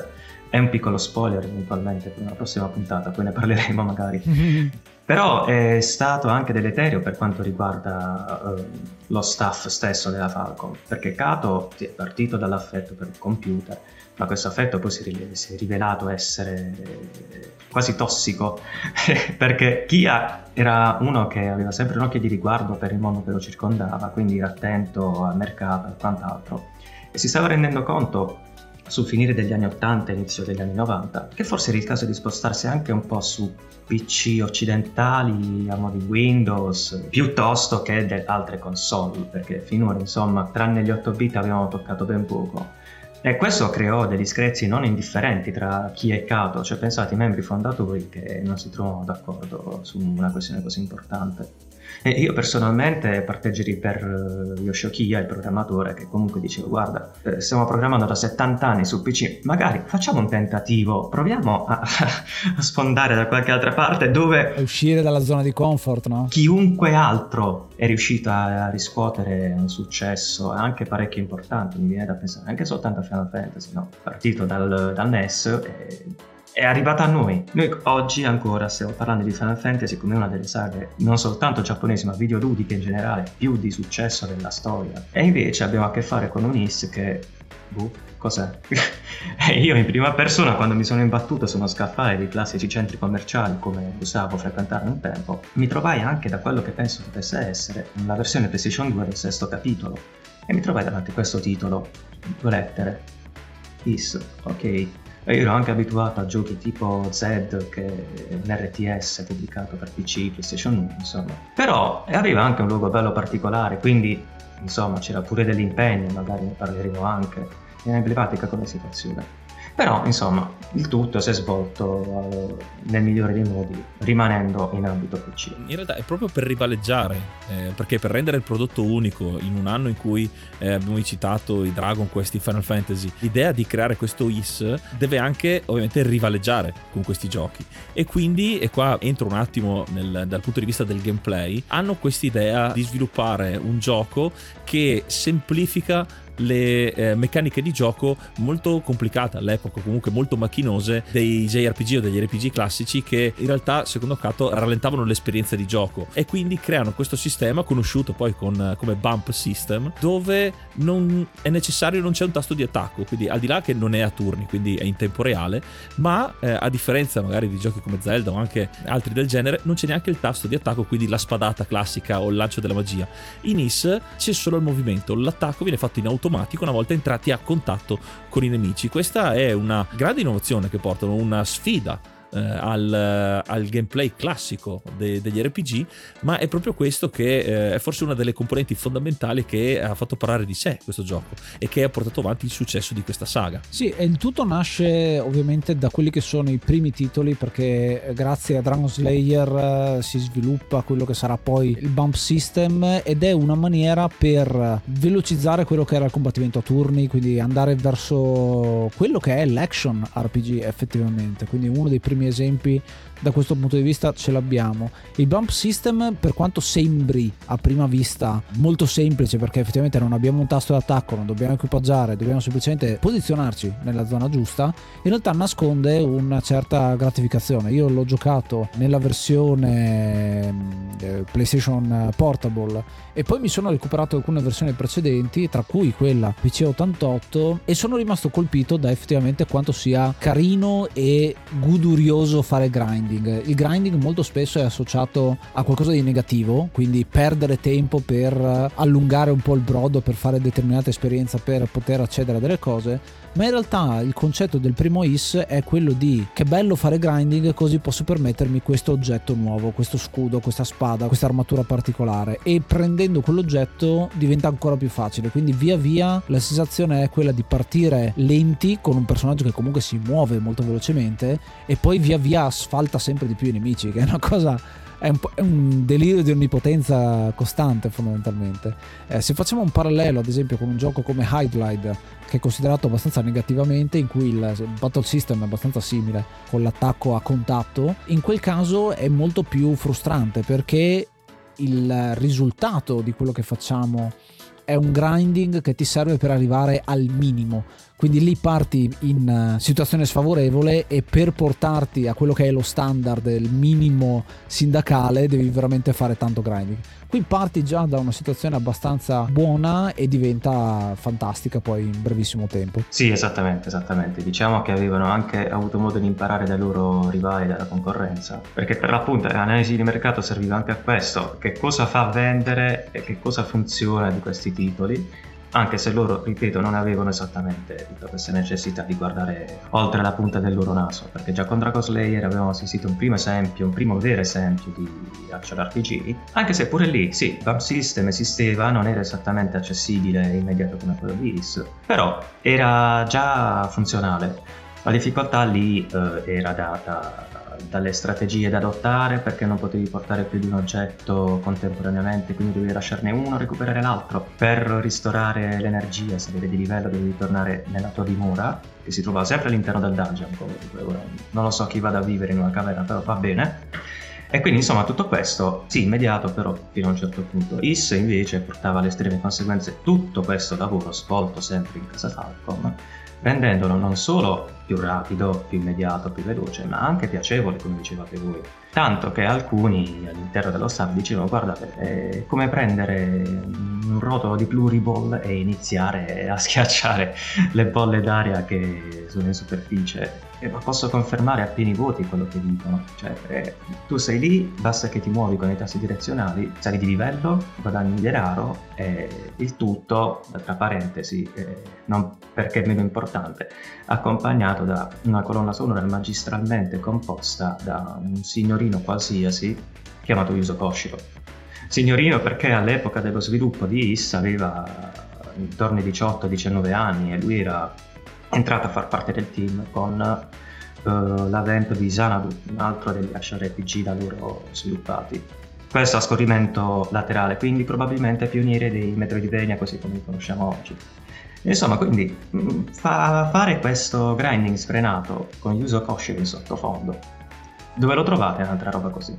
È un piccolo spoiler eventualmente per una prossima puntata, poi ne parleremo magari. Però è stato anche deleterio per quanto riguarda uh, lo staff stesso della Falcom, perché Kato è partito dall'affetto per il computer, ma questo affetto poi si è, si è rivelato essere quasi tossico, perché Kia era uno che aveva sempre un occhio di riguardo per il mondo che lo circondava, quindi era attento al mercato e quant'altro, e si stava rendendo conto sul finire degli anni ottanta e inizio degli anni novanta che forse era il caso di spostarsi anche un po' su P C occidentali a mo' di Windows piuttosto che de- altre console, perché finora insomma tranne gli otto bit abbiamo toccato ben poco, e questo creò degli screzi non indifferenti tra Kia e Kato, cioè pensate i membri fondatori che non si trovano d'accordo su una questione così importante. E io personalmente parteggerei per Yoshio Kia, il programmatore, che comunque diceva guarda, eh, stiamo programmando da settanta anni su P C, magari facciamo un tentativo, proviamo a, a sfondare da qualche altra parte dove uscire dalla zona di comfort, no? Chiunque altro è riuscito a riscuotere un successo anche parecchio importante, mi viene da pensare anche soltanto a Final Fantasy, no? Partito dal, dal N E S e è arrivata a noi. Noi oggi ancora stiamo parlando di Final Fantasy come una delle saghe non soltanto giapponesi ma videoludiche in generale più di successo della storia, e invece abbiamo a che fare con un I S che boh, cos'è? E io in prima persona, quando mi sono imbattuto su uno scaffale di classici centri commerciali come usavo frequentare un tempo, mi trovai anche da quello che penso potesse essere la versione PlayStation due del sesto capitolo, e mi trovai davanti a questo titolo, due lettere, I S, ok. E io ero anche abituato a giochi tipo Z, che è un R T S pubblicato per P C, PlayStation uno, insomma. Però aveva anche un logo bello particolare, quindi insomma c'era pure dell'impegno, magari ne parleremo anche. È emblematica come situazione. Però insomma il tutto si è svolto eh, nel migliore dei modi, rimanendo in ambito P C. In realtà è proprio per rivaleggiare, eh, perché per rendere il prodotto unico in un anno in cui eh, abbiamo citato i Dragon Quest, i Final Fantasy, l'idea di creare questo I S deve anche ovviamente rivaleggiare con questi giochi, e quindi, e qua entro un attimo nel, dal punto di vista del gameplay, hanno quest'idea di sviluppare un gioco che semplifica le eh, meccaniche di gioco molto complicate all'epoca, comunque molto macchinose, dei J R P G o degli R P G classici, che in realtà secondo Kato rallentavano l'esperienza di gioco, e quindi creano questo sistema conosciuto poi con, come Bump System, dove non è necessario, non c'è un tasto di attacco, quindi al di là che non è a turni, quindi è in tempo reale, ma eh, a differenza magari di giochi come Zelda o anche altri del genere, non c'è neanche il tasto di attacco, quindi la spadata classica o il lancio della magia. In I S c'è solo il movimento, l'attacco viene fatto in automatico una volta entrati a contatto con i nemici. Questa è una grande innovazione che portano, una sfida eh, al, al gameplay classico de, degli R P G, ma è proprio questo che eh, è forse una delle componenti fondamentali che ha fatto parlare di sé questo gioco e che ha portato avanti il successo di questa saga. Sì, e il tutto nasce ovviamente da quelli che sono i primi titoli, perché grazie a Dragon Slayer eh, si sviluppa quello che sarà poi il Bump System, ed è una maniera per velocizzare quello che era il combattimento a turni, quindi andare verso quello che è l'action R P G effettivamente, quindi uno dei primi esempi da questo punto di vista ce l'abbiamo. Il Bump System, per quanto sembri a prima vista molto semplice, perché effettivamente non abbiamo un tasto d'attacco, non dobbiamo equipaggiare, dobbiamo semplicemente posizionarci nella zona giusta, in realtà nasconde una certa gratificazione. Io l'ho giocato nella versione eh, PlayStation Portable e poi mi sono recuperato alcune versioni precedenti, tra cui quella P C ottantotto, e sono rimasto colpito da effettivamente quanto sia carino e godurioso fare grinding. Il grinding molto spesso è associato a qualcosa di negativo, quindi perdere tempo per allungare un po' il brodo per fare determinata esperienza per poter accedere a delle cose, ma in realtà il concetto del primo I S è quello di che bello fare grinding, così posso permettermi questo oggetto nuovo, questo scudo, questa spada, questa armatura particolare, e prendendo quell'oggetto diventa ancora più facile. Quindi via via la sensazione è quella di partire lenti con un personaggio che comunque si muove molto velocemente, e poi via via asfalta sempre di più i nemici, che è una cosa, è un, è un delirio di onnipotenza costante fondamentalmente. Eh, se facciamo un parallelo ad esempio con un gioco come Hydlide, che è considerato abbastanza negativamente, in cui il battle system è abbastanza simile con l'attacco a contatto, in quel caso è molto più frustrante, perché il risultato di quello che facciamo è un grinding che ti serve per arrivare al minimo, quindi lì parti in situazione sfavorevole e per portarti a quello che è lo standard, il minimo sindacale, devi veramente fare tanto grinding. Qui parti già da una situazione abbastanza buona e diventa fantastica poi in brevissimo tempo. Sì, esattamente, esattamente. Diciamo che avevano anche avuto modo di imparare dai loro rivali, dalla concorrenza, perché per l'appunto l'analisi di mercato serviva anche a questo, che cosa fa vendere e che cosa funziona di questi titoli, anche se loro, ripeto, non avevano esattamente tutta questa necessità di guardare oltre la punta del loro naso, perché già con Dragon Slayer avevamo assistito un primo esempio, un primo vero esempio di action R P G, anche se pure lì, sì, Bump System esisteva, non era esattamente accessibile e immediato come quello di Is, però era già funzionale. La difficoltà lì eh, era data dalle strategie da adottare, perché non potevi portare più di un oggetto contemporaneamente, quindi dovevi lasciarne uno, recuperare l'altro. Per ristorare l'energia, salire di livello, dovevi tornare nella tua dimora, che si trovava sempre all'interno del dungeon. Non lo so chi vada a vivere in una caverna, però va bene. E quindi insomma tutto questo, sì, immediato, però fino a un certo punto. Is invece portava alle estreme conseguenze tutto questo lavoro svolto sempre in casa Falcom, rendendolo non solo più rapido, più immediato, più veloce, ma anche piacevole, come dicevate voi. Tanto che alcuni all'interno dello staff dicevano: guardate, è come prendere un rotolo di pluriball e iniziare a schiacciare le bolle d'aria che sono in superficie. E posso confermare a pieni voti quello che dicono, cioè eh, tu sei lì, basta che ti muovi con i tasti direzionali, sali di livello, guadagni denaro, e il tutto, tra parentesi, eh, non perché è meno importante, accompagnato da una colonna sonora magistralmente composta da un signorino qualsiasi chiamato Yuzo Koshiro. Signorino perché all'epoca dello sviluppo di Is aveva intorno ai diciotto diciannove anni e lui era entrato a far parte del team con uh, l'avvento di Xanadu, un altro degli action R P G da loro sviluppati. Questo a scorrimento laterale, quindi probabilmente pioniere dei Metroidvania così come li conosciamo oggi. Insomma, quindi fa fare questo grinding sfrenato con Yuzo Koshiro in sottofondo. Dove lo trovate un'altra roba così?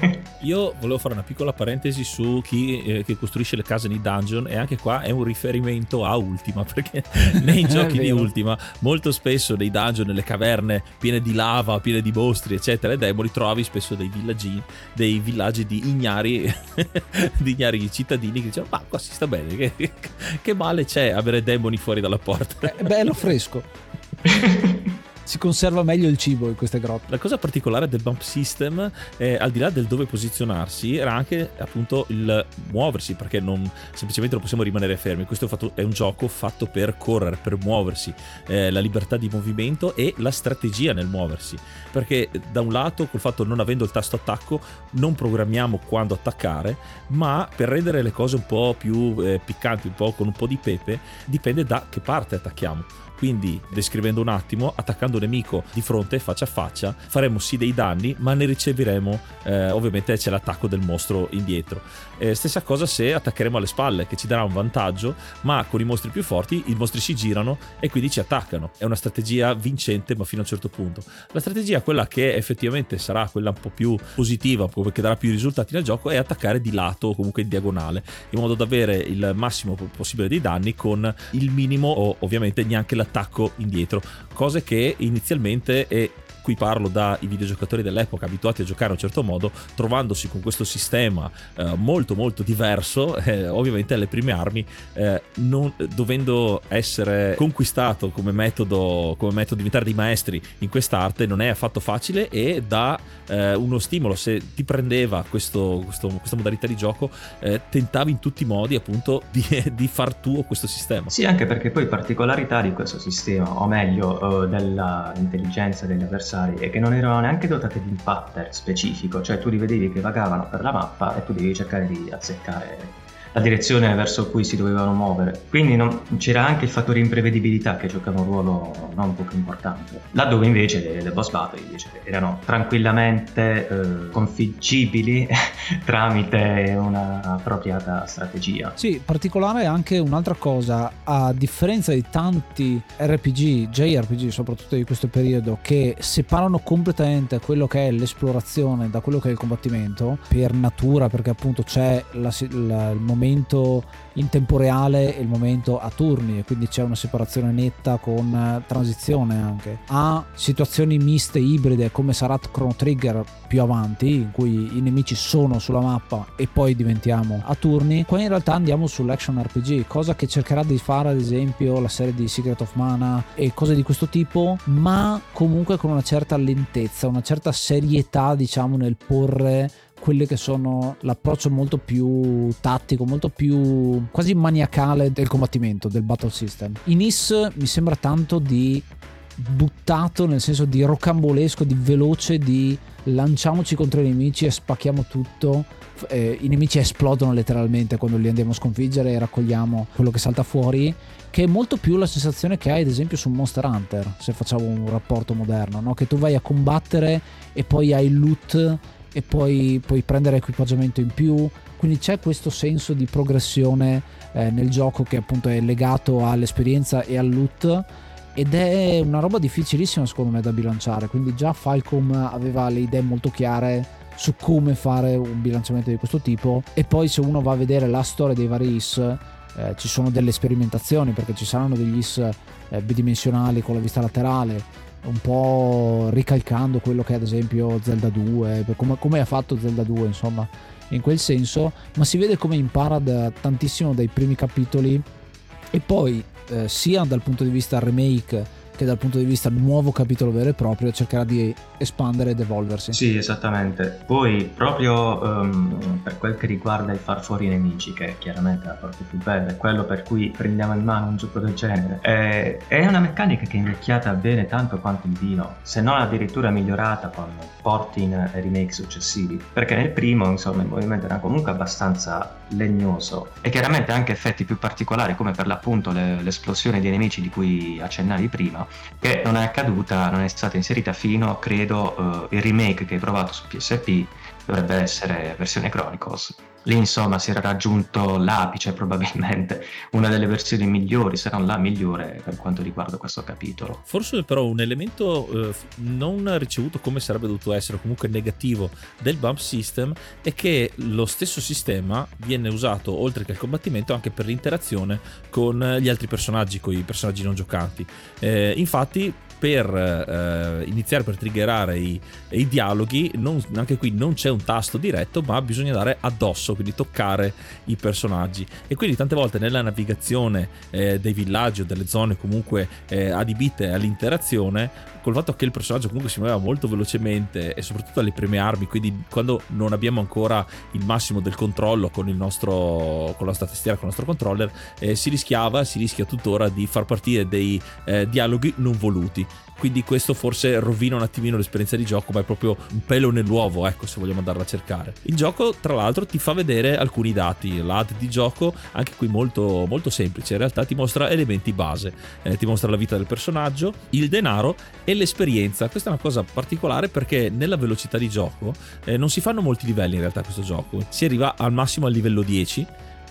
Io volevo fare una piccola parentesi su chi eh, che costruisce le case nei dungeon, e anche qua è un riferimento a Ultima, perché nei giochi di Ultima molto spesso nei dungeon, nelle caverne piene di lava, piene di mostri eccetera e demoni, trovi spesso dei villaggi, dei villaggi di ignari di ignari cittadini che dicono: ma qua si sta bene, che, che male c'è avere demoni fuori dalla porta. È bello fresco. Si conserva meglio il cibo in queste grotte. La cosa particolare del bump system, eh, al di là del dove posizionarsi, era anche appunto il muoversi, perché non semplicemente non possiamo rimanere fermi. Questo è, fatto, è un gioco fatto per correre, per muoversi, eh, la libertà di movimento e la strategia nel muoversi, perché da un lato col fatto non avendo il tasto attacco non programmiamo quando attaccare, ma per rendere le cose un po' più eh, piccanti, un po' con un po' di pepe, dipende da che parte attacchiamo. Quindi, descrivendo un attimo, attaccando un nemico di fronte, faccia a faccia, faremo sì dei danni, ma ne riceveremo, eh, ovviamente c'è l'attacco del mostro indietro. Eh, stessa cosa se attaccheremo alle spalle, che ci darà un vantaggio, ma con i mostri più forti i mostri si girano e quindi ci attaccano. È una strategia vincente, ma fino a un certo punto. La strategia, quella che effettivamente sarà quella un po' più positiva, che darà più risultati nel gioco, è attaccare di lato o comunque in diagonale, in modo da avere il massimo possibile dei danni con il minimo o ovviamente neanche la attacco indietro, cose che inizialmente, e qui parlo dai videogiocatori dell'epoca abituati a giocare a un certo modo, trovandosi con questo sistema eh, molto molto diverso, eh, ovviamente alle prime armi, eh, non, dovendo essere conquistato come metodo, come metodo diventare dei maestri in quest'arte, non è affatto facile e dà eh, uno stimolo. Se ti prendeva questo, questo, questa modalità di gioco, eh, tentavi in tutti i modi appunto di, di far tuo questo sistema. Sì, anche perché poi particolarità di questo sistema, o meglio eh, dell'intelligenza degli avversari, e che non erano neanche dotate di un pattern specifico, cioè tu li vedevi che vagavano per la mappa e tu devi cercare di azzeccare la direzione verso cui si dovevano muovere. Quindi non, c'era anche il fattore imprevedibilità che giocava un ruolo non poco importante, laddove invece le, le boss battle invece erano tranquillamente eh, configgibili tramite una appropriata strategia. Sì, particolare anche un'altra cosa: a differenza di tanti R P G, J R P G soprattutto di questo periodo, che separano completamente quello che è l'esplorazione da quello che è il combattimento per natura, perché appunto c'è la, la, il momento momento in tempo reale e il momento a turni, e quindi c'è una separazione netta con transizione anche. Ha situazioni miste, ibride, come sarà Chrono Trigger più avanti, in cui i nemici sono sulla mappa e poi diventiamo a turni. Qua in realtà andiamo sull'action R P G, cosa che cercherà di fare ad esempio la serie di Secret of Mana e cose di questo tipo, ma comunque con una certa lentezza, una certa serietà, diciamo, nel porre quelle che sono l'approccio molto più tattico, molto più quasi maniacale del combattimento, del battle system. In Is mi sembra tanto di buttato, nel senso di rocambolesco, di veloce, di lanciamoci contro i nemici e spacchiamo tutto. Eh, i nemici esplodono letteralmente quando li andiamo a sconfiggere e raccogliamo quello che salta fuori, che è molto più la sensazione che hai ad esempio su Monster Hunter, se facciamo un rapporto moderno, no? Che tu vai a combattere e poi hai il loot e poi puoi prendere equipaggiamento in più, quindi c'è questo senso di progressione eh, nel gioco che appunto è legato all'esperienza e al loot, ed è una roba difficilissima secondo me da bilanciare. Quindi già Falcom aveva le idee molto chiare su come fare un bilanciamento di questo tipo, e poi se uno va a vedere la storia dei vari Is eh, ci sono delle sperimentazioni, perché ci saranno degli Is eh, bidimensionali con la vista laterale, un po' ricalcando quello che è ad esempio Zelda due, come, come ha fatto Zelda due insomma in quel senso, ma si vede come impara da, tantissimo dai primi capitoli, e poi eh, sia dal punto di vista remake che dal punto di vista nuovo capitolo vero e proprio cercherà di espandere ed evolversi. Sì, esattamente. Poi proprio um, per quel che riguarda il far fuori i nemici, che chiaramente è la parte più bella, è quello per cui prendiamo in mano un gioco del genere, è, è una meccanica che è invecchiata bene tanto quanto il vino, se non addirittura migliorata con porting e remake successivi, perché nel primo insomma il movimento era comunque abbastanza legnoso, e chiaramente anche effetti più particolari come per l'appunto le, l'esplosione dei nemici di cui accennavi prima, che non è accaduta, non è stata inserita fino, credo, uh, il remake che hai provato su P S P dovrebbe essere versione Chronicles. Lì insomma si era raggiunto l'apice, probabilmente una delle versioni migliori, se non la migliore per quanto riguarda questo capitolo. Forse però un elemento eh, non ricevuto come sarebbe dovuto essere, comunque negativo, del bump system, è che lo stesso sistema viene usato oltre che al combattimento anche per l'interazione con gli altri personaggi, con i personaggi non giocanti. Eh, infatti per eh, iniziare, per triggerare i, i dialoghi, non, anche qui non c'è un tasto diretto, ma bisogna dare addosso, quindi toccare i personaggi, e quindi tante volte nella navigazione eh, dei villaggi o delle zone comunque eh, adibite all'interazione, col fatto che il personaggio comunque si muoveva molto velocemente e soprattutto alle prime armi, quindi quando non abbiamo ancora il massimo del controllo con il nostro, con la nostra tastiera, con il nostro controller, eh, si rischiava, si rischia tuttora di far partire dei eh, dialoghi non voluti. Quindi questo forse rovina un attimino l'esperienza di gioco, ma è proprio un pelo nell'uovo, ecco, se vogliamo andarla a cercare. Il gioco tra l'altro ti fa vedere alcuni dati, l'A D di gioco anche qui molto, molto semplice, in realtà ti mostra elementi base, eh, ti mostra la vita del personaggio, il denaro e l'esperienza. Questa è una cosa particolare perché nella velocità di gioco eh, non si fanno molti livelli in realtà questo gioco, si arriva al massimo al livello dieci,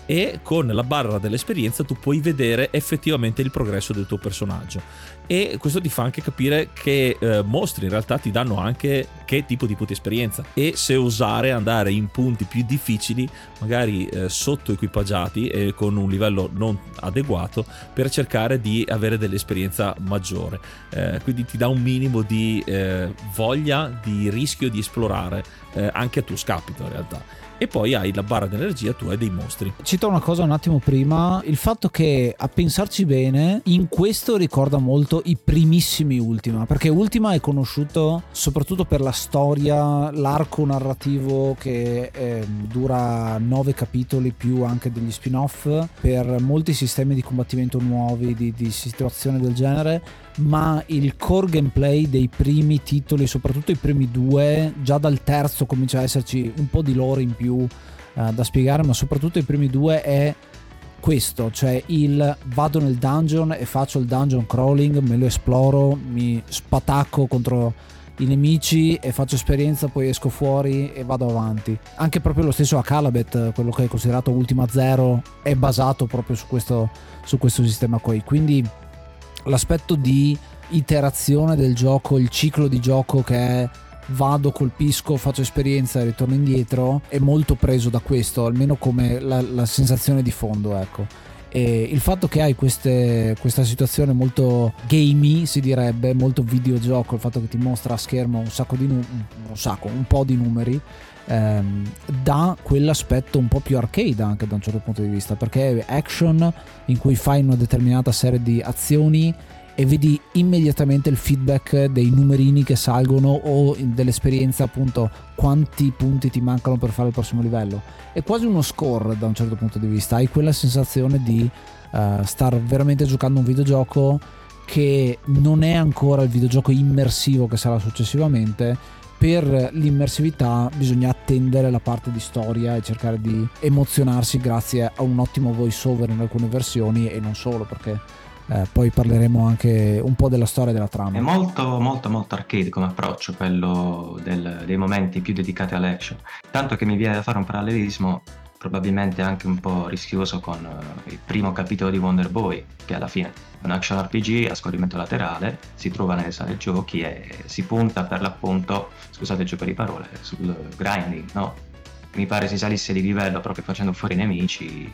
e con la barra dell'esperienza tu puoi vedere effettivamente il progresso del tuo personaggio, e questo ti fa anche capire che eh, mostri in realtà ti danno anche che tipo di punti esperienza, e se osare andare in punti più difficili, magari eh, sotto equipaggiati e con un livello non adeguato, per cercare di avere dell'esperienza maggiore. Eh, quindi ti dà un minimo di eh, voglia, di rischio di esplorare eh, anche a tuo scapito in realtà. E poi hai la barra d'energia, tu hai dei mostri. Cito una cosa un attimo prima, il fatto che, a pensarci bene, in questo ricorda molto i primissimi Ultima, perché Ultima è conosciuto soprattutto per la storia, l'arco narrativo che eh, dura nove capitoli più anche degli spin-off, per molti sistemi di combattimento nuovi, di, di situazioni del genere, ma il core gameplay dei primi titoli, soprattutto i primi due, già dal terzo comincia a esserci un po' di lore in più eh, da spiegare, ma soprattutto i primi due è questo, cioè il vado nel dungeon e faccio il dungeon crawling, me lo esploro, mi spatacco contro i nemici e faccio esperienza, poi esco fuori e vado avanti. Anche proprio lo stesso Akalabeth, quello che è considerato Ultima Zero, è basato proprio su questo, su questo sistema qui, quindi l'aspetto di iterazione del gioco, il ciclo di gioco che è vado, colpisco, faccio esperienza e ritorno indietro, è molto preso da questo, almeno come la, la sensazione di fondo, ecco. E il fatto che hai queste, questa situazione molto gamey, si direbbe, molto videogioco, il fatto che ti mostra a schermo un sacco di nu- un sacco, un po' di numeri, ehm, dà quell'aspetto un po' più arcade anche da un certo punto di vista, perché è action in cui fai una determinata serie di azioni e vedi immediatamente il feedback dei numerini che salgono o dell'esperienza, appunto quanti punti ti mancano per fare il prossimo livello. È quasi uno score da un certo punto di vista, hai quella sensazione di uh, star veramente giocando un videogioco che non è ancora il videogioco immersivo che sarà successivamente. Per l'immersività bisogna attendere la parte di storia e cercare di emozionarsi grazie a un ottimo voice over in alcune versioni, e non solo, perché Eh, poi parleremo anche un po' della storia della trama. È molto molto molto arcade come approccio, quello del, dei momenti più dedicati all'action, tanto che mi viene da fare un parallelismo probabilmente anche un po' rischioso con uh, il primo capitolo di Wonder Boy, che alla fine è un action R P G a scorrimento laterale, si trova nelle sale giochi e si punta per l'appunto, scusate il gioco di parole, sul grinding, no? Mi pare si salisse di livello proprio facendo fuori i nemici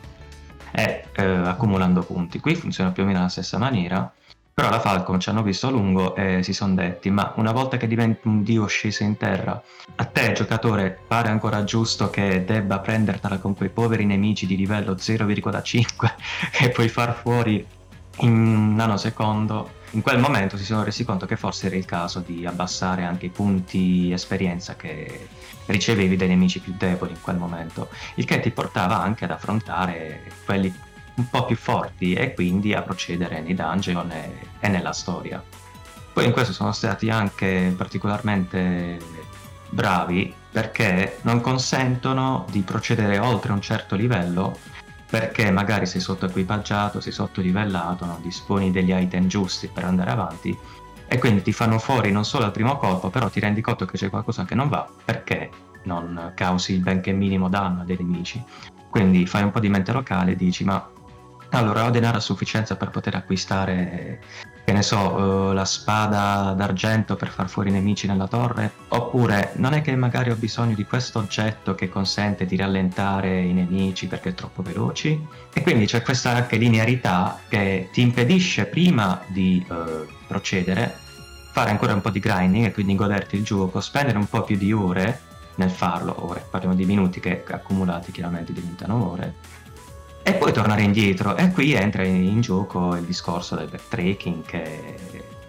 e eh, accumulando punti. Qui funziona più o meno alla stessa maniera, però la Falcom ci hanno visto a lungo e si sono detti: ma una volta che diventi un dio sceso in terra, a te giocatore pare ancora giusto che debba prendertela con quei poveri nemici di livello zero virgola cinque che puoi far fuori in un nanosecondo? In quel momento si sono resi conto che forse era il caso di abbassare anche i punti esperienza che ricevevi dai nemici più deboli in quel momento, il che ti portava anche ad affrontare quelli un po' più forti e quindi a procedere nei dungeon e, e nella storia. Poi in questo sono stati anche particolarmente bravi, perché non consentono di procedere oltre un certo livello, perché magari sei sottoequipaggiato, sei sottolivellato, non disponi degli item giusti per andare avanti, e quindi ti fanno fuori non solo al primo colpo, però ti rendi conto che c'è qualcosa che non va perché non causi il benché minimo danno dei nemici. Quindi fai un po' di mente locale e dici: ma allora ho denaro a sufficienza per poter acquistare, che ne so, uh, la spada d'argento per far fuori i nemici nella torre? Oppure non è che magari ho bisogno di questo oggetto che consente di rallentare i nemici perché è troppo veloci? E quindi c'è questa anche linearità che ti impedisce prima di uh, procedere, fare ancora un po' di grinding e quindi goderti il gioco, spendere un po' più di ore nel farlo, ore, parliamo di minuti che accumulati chiaramente diventano ore, e poi tornare indietro. E qui entra in gioco il discorso del backtracking, che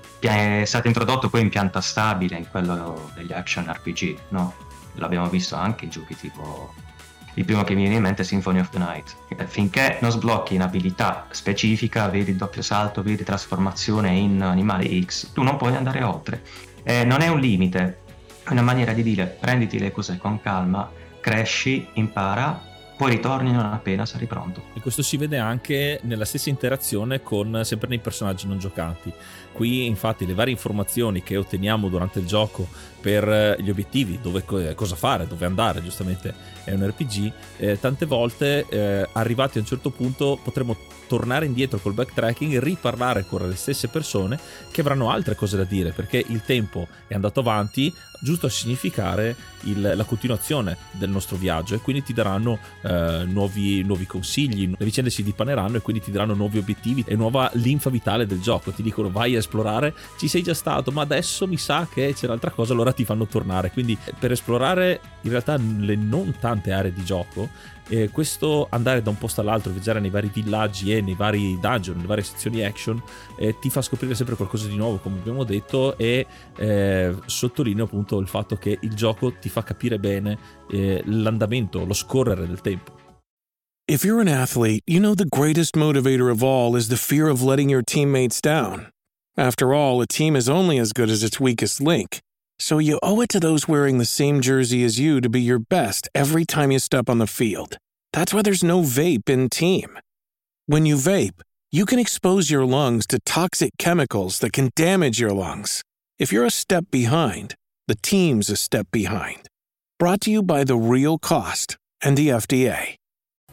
è stato introdotto poi in pianta stabile in quello degli action R P G, no? L'abbiamo visto anche in giochi tipo, il primo che mi viene in mente è Symphony of the Night. Finché non sblocchi un'abilità specifica, vedi il doppio salto, vedi trasformazione in animale X, tu non puoi andare oltre. Eh, non è un limite, è una maniera di dire: prenditi le cose con calma, cresci, impara, poi ritorni non appena sarai pronto. E questo si vede anche nella stessa interazione con sempre nei personaggi non giocati. Qui infatti le varie informazioni che otteniamo durante il gioco per gli obiettivi, dove cosa fare, dove andare, giustamente è un R P G, eh, tante volte eh, arrivati a un certo punto potremo tornare indietro col backtracking, riparlare con le stesse persone che avranno altre cose da dire, perché il tempo è andato avanti giusto a significare il, la continuazione del nostro viaggio, e quindi ti daranno eh, nuovi, nuovi consigli, le vicende si dipaneranno e quindi ti daranno nuovi obiettivi e nuova linfa vitale del gioco. Ti dicono: vai a esplorare, ci sei già stato ma adesso mi sa che c'è un'altra cosa, allora ti fanno tornare. Quindi per esplorare in realtà le non tante aree di gioco, eh, questo andare da un posto all'altro, viaggiare nei vari villaggi e nei vari dungeon, nelle varie sezioni action, eh, ti fa scoprire sempre qualcosa di nuovo, come abbiamo detto, e eh, sottolineo appunto il fatto che il gioco ti fa capire bene eh, l'andamento, lo scorrere del tempo. If you're an athlete, you know the greatest motivator of all is the fear of letting your teammates down. After all, a team is only as good as its weakest link. So you owe it to those wearing the same jersey as you to be your best every time you step on the field. That's why there's no vape in team. When you vape, you can expose your lungs to toxic chemicals that can damage your lungs. If you're a step behind, the team's a step behind. Brought to you by The Real Cost and the F D A.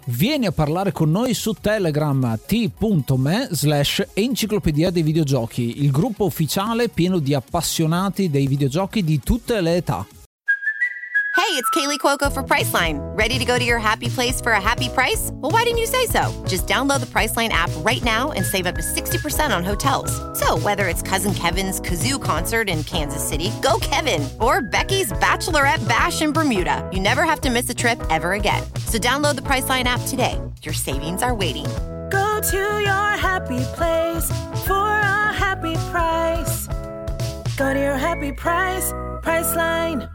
Vieni a parlare con noi su Telegram, t.me slash enciclopedia dei videogiochi, il gruppo ufficiale pieno di appassionati dei videogiochi di tutte le età. Hey, it's Kaylee Cuoco for Priceline. Ready to go to your happy place for a happy price? Well, why didn't you say so? Just download the Priceline app right now and save up to sixty percent on hotels. So whether it's Cousin Kevin's Kazoo Concert in Kansas City, go Kevin, or Becky's Bachelorette Bash in Bermuda, you never have to miss a trip ever again. So download the Priceline app today. Your savings are waiting. Go to your happy place for a happy price. Go to your happy price, Priceline.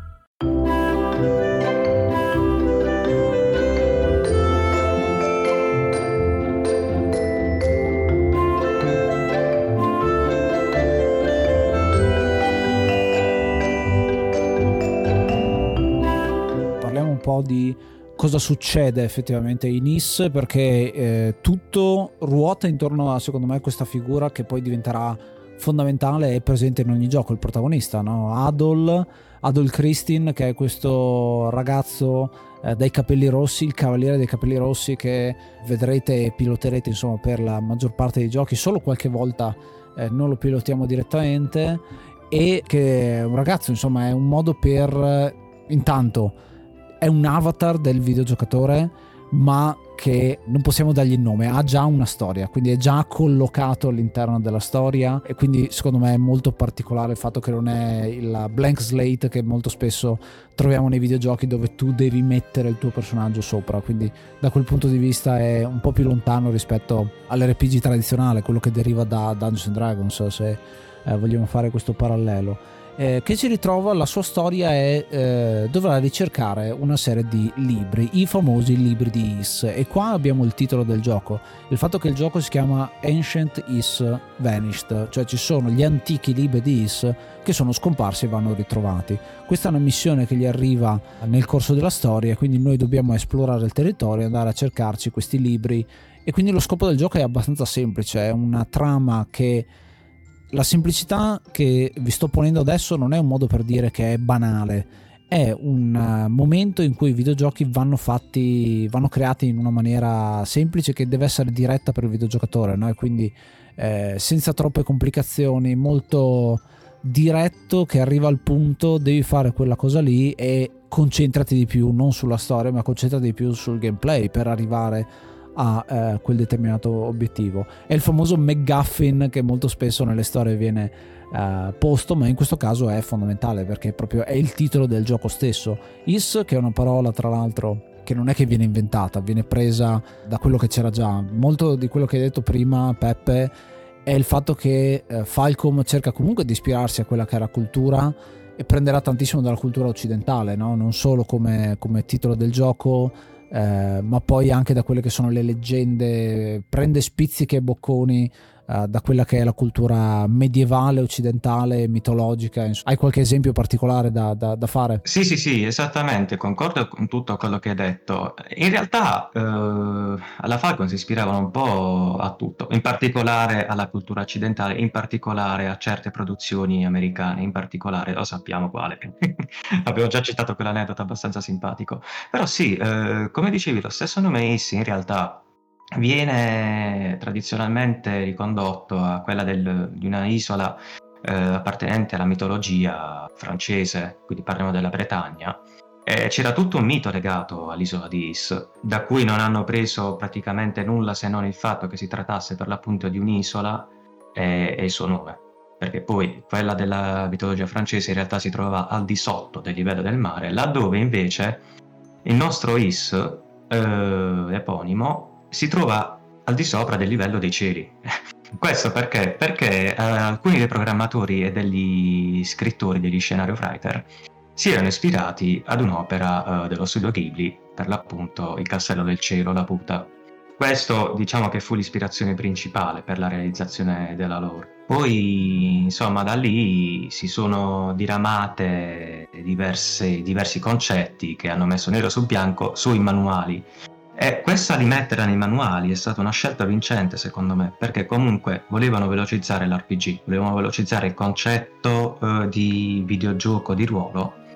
Parliamo un po' di cosa succede effettivamente in I S, perché eh, tutto ruota intorno a, secondo me, questa figura che poi diventerà fondamentale e presente in ogni gioco, il protagonista, no? Adol, Adol Christin, che è questo ragazzo eh, dai capelli rossi, il cavaliere dei capelli rossi, che vedrete e piloterete insomma per la maggior parte dei giochi. Solo qualche volta eh, non lo pilotiamo direttamente, e che è un ragazzo, insomma, è un modo per, intanto è un avatar del videogiocatore, ma che non possiamo dargli il nome, ha già una storia, quindi è già collocato all'interno della storia, e quindi secondo me è molto particolare il fatto che non è il blank slate che molto spesso troviamo nei videogiochi, dove tu devi mettere il tuo personaggio sopra. Quindi da quel punto di vista è un po' più lontano rispetto all'R P G tradizionale, quello che deriva da Dungeons and Dragons, se eh, vogliamo fare questo parallelo. Eh, che si ritrova, la sua storia è eh, dovrà ricercare una serie di libri, i famosi libri di I S, e qua abbiamo il titolo del gioco, il fatto che il gioco si chiama Ancient Is Vanished, cioè ci sono gli antichi libri di I S che sono scomparsi e vanno ritrovati. Questa è una missione che gli arriva nel corso della storia, quindi noi dobbiamo esplorare il territorio, andare a cercarci questi libri, e quindi lo scopo del gioco è abbastanza semplice, è una trama che... La semplicità che vi sto ponendo adesso non è un modo per dire che è banale, è un momento in cui i videogiochi vanno fatti, vanno creati in una maniera semplice, che deve essere diretta per il videogiocatore, no? E quindi eh, senza troppe complicazioni, molto diretto, che arriva al punto, devi fare quella cosa lì e concentrati di più non sulla storia, ma concentrati di più sul gameplay per arrivare a eh, quel determinato obiettivo. È il famoso MacGuffin che molto spesso nelle storie viene eh, posto, ma in questo caso è fondamentale, perché proprio è il titolo del gioco stesso. I S, che è una parola tra l'altro che non è che viene inventata, viene presa da quello che c'era già. Molto di quello che hai detto prima, Peppe, è il fatto che eh, Falcom cerca comunque di ispirarsi a quella che è la cultura, e prenderà tantissimo dalla cultura occidentale, no? Non solo come, come titolo del gioco, Eh, ma poi anche da quelle che sono le leggende, prende spizziche e bocconi eh, da quella che è la cultura medievale, occidentale, mitologica. Hai qualche esempio particolare da, da, da fare? Sì, sì, sì, esattamente, concordo con tutto quello che hai detto. In realtà eh, alla Falcon si ispiravano un po' a tutto, in particolare alla cultura occidentale, in particolare a certe produzioni americane, in particolare, lo sappiamo quale. Abbiamo già citato quell'aneddoto abbastanza simpatico. Però sì, eh, come dicevi, lo stesso nome I S in realtà viene tradizionalmente ricondotto a quella del, di una isola eh, appartenente alla mitologia francese, quindi parliamo della Bretagna. Eh, c'era tutto un mito legato all'isola di Is, da cui non hanno preso praticamente nulla se non il fatto che si trattasse per l'appunto di un'isola e, e il suo nome, perché poi quella della mitologia francese in realtà si trovava al di sotto del livello del mare, laddove invece il nostro Is eh, eponimo si trova al di sopra del livello dei cieli. Questo perché? Perché eh, alcuni dei programmatori e degli scrittori, degli scenario writer, si erano ispirati ad un'opera eh, dello studio Ghibli, per l'appunto Il Castello del Cielo, La Puta. Questo diciamo che fu l'ispirazione principale per la realizzazione della lore. Poi insomma da lì si sono diramate diverse, diversi concetti che hanno messo nero su bianco sui manuali. E questa di metterla nei manuali è stata una scelta vincente secondo me, perché comunque volevano velocizzare l'R P G, volevano velocizzare il concetto eh, di videogioco di ruolo,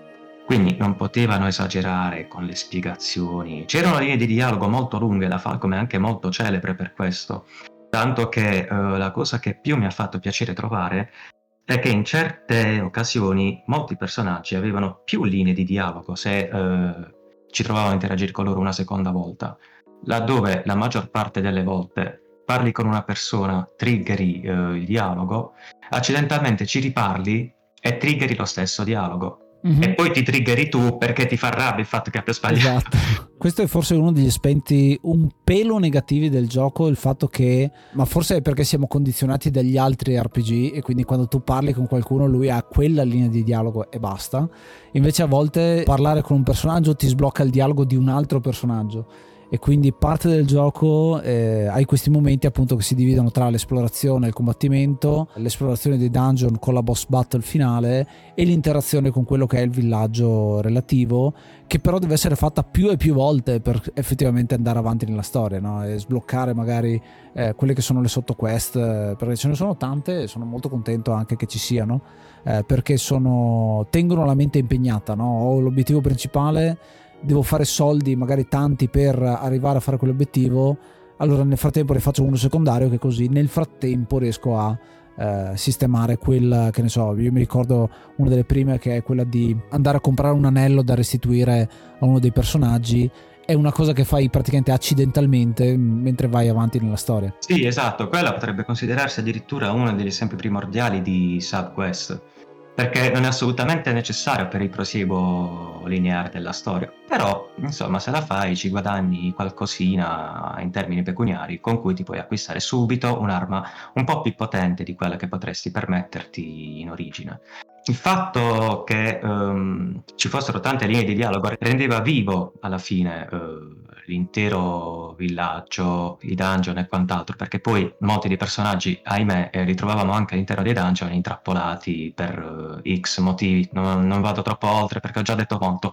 quindi non potevano esagerare con le spiegazioni. C'erano linee di dialogo molto lunghe, la Falcom è anche molto celebre per questo, tanto che eh, la cosa che più mi ha fatto piacere trovare è che in certe occasioni molti personaggi avevano più linee di dialogo se eh, ci trovavamo a interagire con loro una seconda volta, laddove la maggior parte delle volte parli con una persona, triggeri eh, il dialogo, accidentalmente ci riparli e triggeri lo stesso dialogo. Mm-hmm. E poi ti triggeri tu perché ti fa rabbia il fatto che abbia sbagliato. Esatto. Questo è forse uno degli aspetti un pelo negativi del gioco, il fatto che, ma forse è perché siamo condizionati dagli altri R P G e quindi quando tu parli con qualcuno lui ha quella linea di dialogo e basta. Invece a volte parlare con un personaggio ti sblocca il dialogo di un altro personaggio. E quindi parte del gioco eh, hai questi momenti appunto che si dividono tra l'esplorazione e il combattimento, l'esplorazione dei dungeon con la boss battle finale e l'interazione con quello che è il villaggio relativo, che però deve essere fatta più e più volte per effettivamente andare avanti nella storia, no? E sbloccare magari eh, quelle che sono le sottoquest, eh, perché ce ne sono tante e sono molto contento anche che ci siano, eh, perché sono tengono la mente impegnata, no? Ho l'obiettivo principale, devo fare soldi, magari tanti, per arrivare a fare quell'obiettivo, allora nel frattempo ne faccio uno secondario che così nel frattempo riesco a eh, sistemare quella, che ne so, io mi ricordo una delle prime che è quella di andare a comprare un anello da restituire a uno dei personaggi. È una cosa che fai praticamente accidentalmente mentre vai avanti nella storia. Sì, esatto, quella potrebbe considerarsi addirittura uno degli esempi primordiali di subquest, perché non è assolutamente necessario per il prosieguo lineare della storia, però insomma se la fai ci guadagni qualcosina in termini pecuniari con cui ti puoi acquistare subito un'arma un po' più potente di quella che potresti permetterti in origine. Il fatto che um, ci fossero tante linee di dialogo rendeva vivo alla fine uh, l'intero villaggio, i dungeon e quant'altro, perché poi molti dei personaggi, ahimè, eh, li trovavamo anche all'interno dei dungeon intrappolati per uh, X motivi. Non, non vado troppo oltre perché ho già detto molto.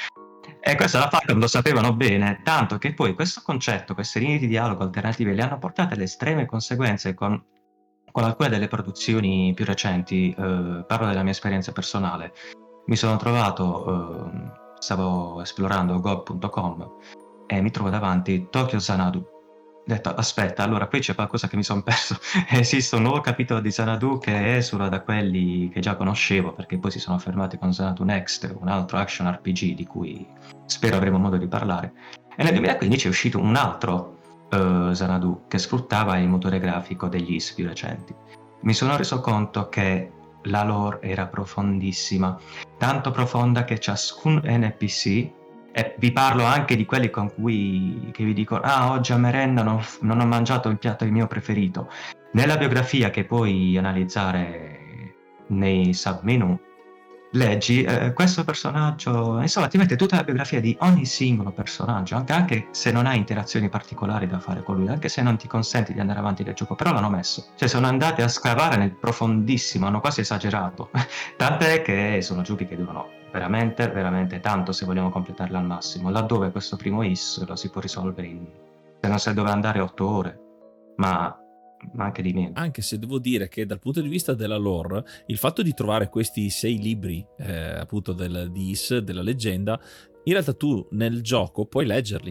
E questo la Falcom lo sapevano bene, tanto che poi questo concetto, queste linee di dialogo alternative le hanno portate alle estreme conseguenze con con alcune delle produzioni più recenti. Eh, parlo della mia esperienza personale. Mi sono trovato, eh, stavo esplorando G O G punto com e mi trovo davanti Tokyo Xanadu. Ho detto, aspetta, allora qui c'è qualcosa che mi sono perso. Esiste un nuovo capitolo di Xanadu che esula da quelli che già conoscevo, perché poi si sono fermati con Xanadu Next, un altro action R P G di cui spero avremo modo di parlare. E nel duemilaquindici è uscito un altro Uh, Xanadu che sfruttava il motore grafico degli I S più recenti. Mi sono reso conto che la lore era profondissima, tanto profonda che ciascun N P C, e vi parlo anche di quelli con cui che vi dicono ah oggi a merenda non, non ho mangiato il piatto mio preferito, nella biografia che puoi analizzare nei submenu leggi eh, questo personaggio, insomma ti mette tutta la biografia di ogni singolo personaggio, anche, anche se non hai interazioni particolari da fare con lui, anche se non ti consenti di andare avanti nel gioco, però l'hanno messo, cioè sono andati a scavare nel profondissimo, hanno quasi esagerato tant'è che sono giochi che durano veramente veramente tanto se vogliamo completarli al massimo, laddove questo primo I S lo si può risolvere in, se non sai dove andare, otto ore, ma ma anche di meno. Anche se devo dire che dal punto di vista della lore, il fatto di trovare questi sei libri eh, appunto del, di I S, della leggenda, in realtà tu nel gioco puoi leggerli.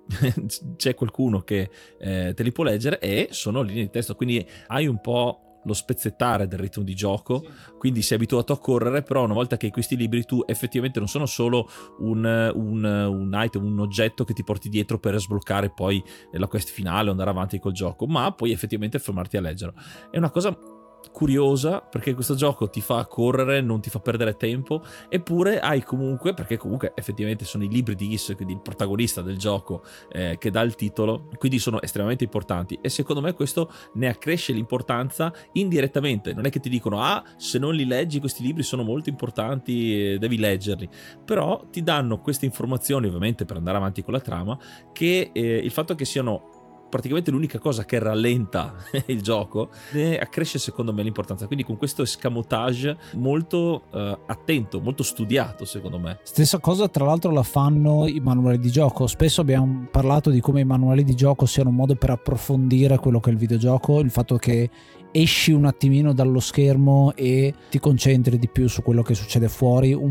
C'è qualcuno che eh, te li può leggere e sono linee di testo, quindi hai un po' lo spezzettare del ritmo di gioco, sì. Quindi sei abituato a correre, però una volta che hai questi libri tu effettivamente non sono solo un, un, un item, un oggetto che ti porti dietro per sbloccare poi la quest finale o andare avanti col gioco, ma puoi effettivamente fermarti a leggerlo. È una cosa curiosa perché questo gioco ti fa correre, non ti fa perdere tempo, eppure hai comunque, perché comunque effettivamente sono i libri di I S, quindi il protagonista del gioco eh, che dà il titolo, quindi sono estremamente importanti e secondo me questo ne accresce l'importanza indirettamente. Non è che ti dicono ah se non li leggi questi libri sono molto importanti e devi leggerli, però ti danno queste informazioni ovviamente per andare avanti con la trama, che eh, il fatto che siano praticamente l'unica cosa che rallenta il gioco ne accresce secondo me l'importanza, quindi con questo escamotage molto uh, attento, molto studiato secondo me. Stessa cosa tra l'altro la fanno i manuali di gioco. Spesso abbiamo parlato di come i manuali di gioco siano un modo per approfondire quello che è il videogioco, il fatto che esci un attimino dallo schermo e ti concentri di più su quello che succede fuori, un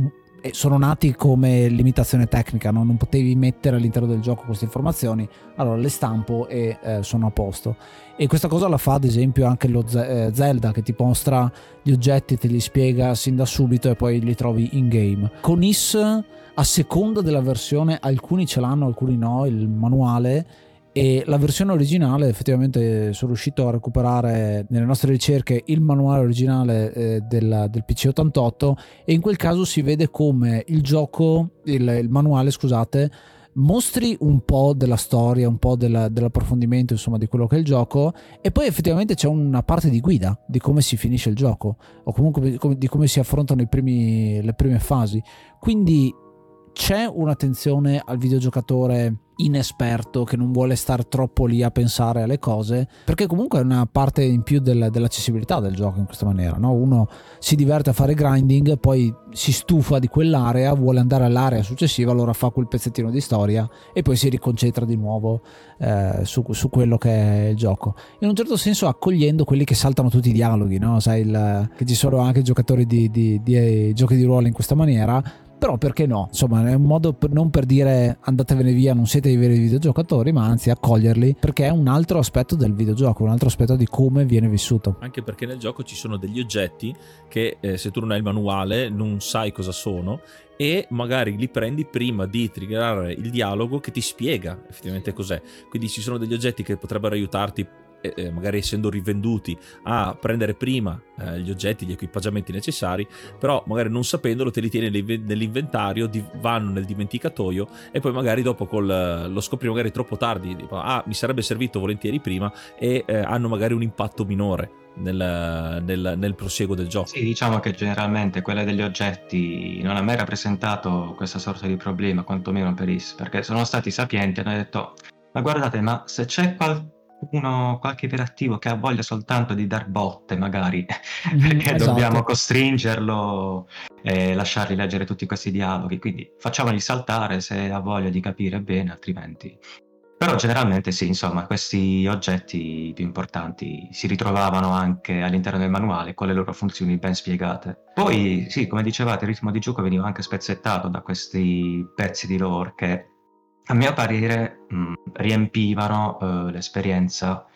sono nati come limitazione tecnica, no? Non potevi mettere all'interno del gioco queste informazioni, allora le stampo e eh, sono a posto. E questa cosa la fa ad esempio anche lo Z- Zelda, che ti mostra gli oggetti, te li spiega sin da subito e poi li trovi in game. Con Is, a seconda della versione, alcuni ce l'hanno, alcuni no, il manuale, e la versione originale effettivamente sono riuscito a recuperare nelle nostre ricerche il manuale originale eh, del, del P C ottantotto, e in quel caso si vede come il gioco, il, il manuale scusate, mostri un po' della storia, un po' della, dell'approfondimento insomma di quello che è il gioco, e poi effettivamente c'è una parte di guida di come si finisce il gioco, o comunque di come si affrontano i primi, le prime fasi. Quindi c'è un'attenzione al videogiocatore inesperto che non vuole star troppo lì a pensare alle cose, perché comunque è una parte in più del, dell'accessibilità del gioco in questa maniera, no? Uno si diverte a fare grinding, poi si stufa di quell'area, vuole andare all'area successiva, allora fa quel pezzettino di storia e poi si riconcentra di nuovo eh, su, su quello che è il gioco, in un certo senso accogliendo quelli che saltano tutti i dialoghi, no? Sai il, che ci sono anche giocatori di, di, di, di giochi di ruolo in questa maniera. Però perché no? Insomma, è un modo per, non per dire andatevene via, non siete i veri videogiocatori, ma anzi accoglierli, perché è un altro aspetto del videogioco, un altro aspetto di come viene vissuto. Anche perché nel gioco ci sono degli oggetti che eh, se tu non hai il manuale non sai cosa sono, e magari li prendi prima di triggerare il dialogo che ti spiega effettivamente cos'è. Quindi ci sono degli oggetti che potrebbero aiutarti, eh, magari essendo rivenduti, a prendere prima eh, gli oggetti, gli equipaggiamenti necessari, però magari non sapendolo te li tieni nell'inventario, vanno nel dimenticatoio, e poi magari dopo col, lo scopri magari troppo tardi, tipo, ah mi sarebbe servito volentieri prima, e eh, hanno magari un impatto minore nel, nel, nel proseguo del gioco. Sì, diciamo che generalmente quella degli oggetti non ha mai rappresentato questa sorta di problema, quantomeno per Is, perché sono stati sapienti e hanno detto: ma guardate, ma se c'è qualcuno, qualche iperattivo che ha voglia soltanto di dar botte magari, perché esatto. dobbiamo costringerlo e lasciargli leggere tutti questi dialoghi, quindi facciamogli saltare se ha voglia di capire bene, altrimenti. Però generalmente sì, insomma, questi oggetti più importanti si ritrovavano anche all'interno del manuale con le loro funzioni ben spiegate. Poi sì, come dicevate, il ritmo di gioco veniva anche spezzettato da questi pezzi di lore che, a mio parere, mh, riempivano uh, l'esperienza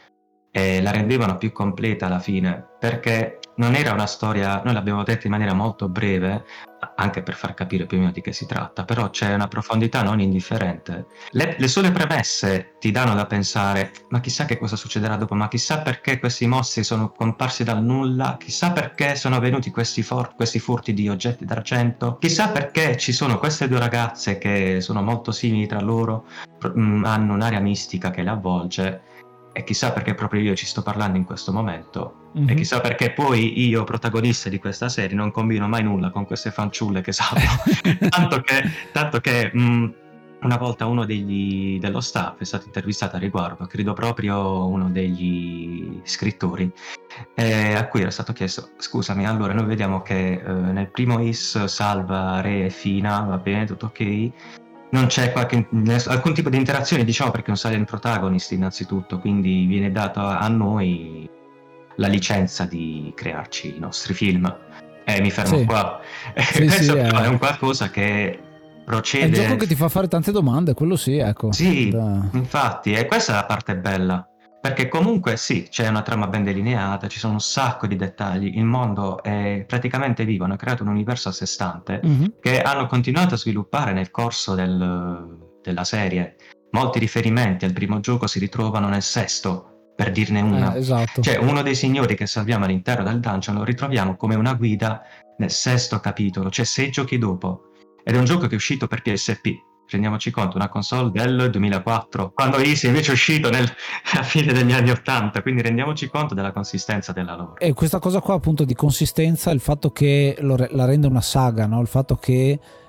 e la rendevano più completa alla fine, perché non era una storia, noi l'abbiamo detta in maniera molto breve, anche per far capire più o meno di che si tratta, però c'è una profondità non indifferente. Le, le sole premesse ti danno da pensare: ma chissà che cosa succederà dopo, ma chissà perché questi mostri sono comparsi dal nulla, chissà perché sono avvenuti questi, for- questi furti di oggetti d'argento, chissà perché ci sono queste due ragazze che sono molto simili tra loro, mh, hanno un'aria mistica che le avvolge, e chissà perché proprio io ci sto parlando in questo momento, mm-hmm. e chissà perché poi io, protagonista di questa serie, non combino mai nulla con queste fanciulle che saltano. tanto che, tanto che mh, una volta uno degli, dello staff è stato intervistato a riguardo, credo proprio uno degli scrittori, eh, a cui era stato chiesto: scusami, allora noi vediamo che eh, nel primo Is salva Re e Fina, va bene, tutto ok, non c'è qualche, alcun tipo di interazione, diciamo, perché non sale il protagonist innanzitutto, quindi viene dato a noi la licenza di crearci i nostri film, e eh, mi fermo sì. qua. Sì, Questo sì, però è... è un qualcosa che procede, è il gioco che ti fa fare tante domande, quello sì, ecco. Sì, da... infatti, e questa è la parte bella, perché comunque sì, c'è una trama ben delineata, ci sono un sacco di dettagli, il mondo è praticamente vivo, hanno creato un universo a sé stante, mm-hmm. che hanno continuato a sviluppare nel corso del, della serie. Molti riferimenti al primo gioco si ritrovano nel sesto, per dirne una. Eh, esatto. Cioè, uno dei signori che salviamo all'interno del dungeon lo ritroviamo come una guida nel sesto capitolo, cioè sei giochi dopo, ed è un gioco che è uscito per P S P. Rendiamoci conto, una console del duemilaquattro, quando Is invece è uscito nel, alla fine degli anni ottanta, quindi rendiamoci conto della consistenza della lore. E questa cosa qua appunto di consistenza, il fatto che lo, la rende una saga, no? Il fatto che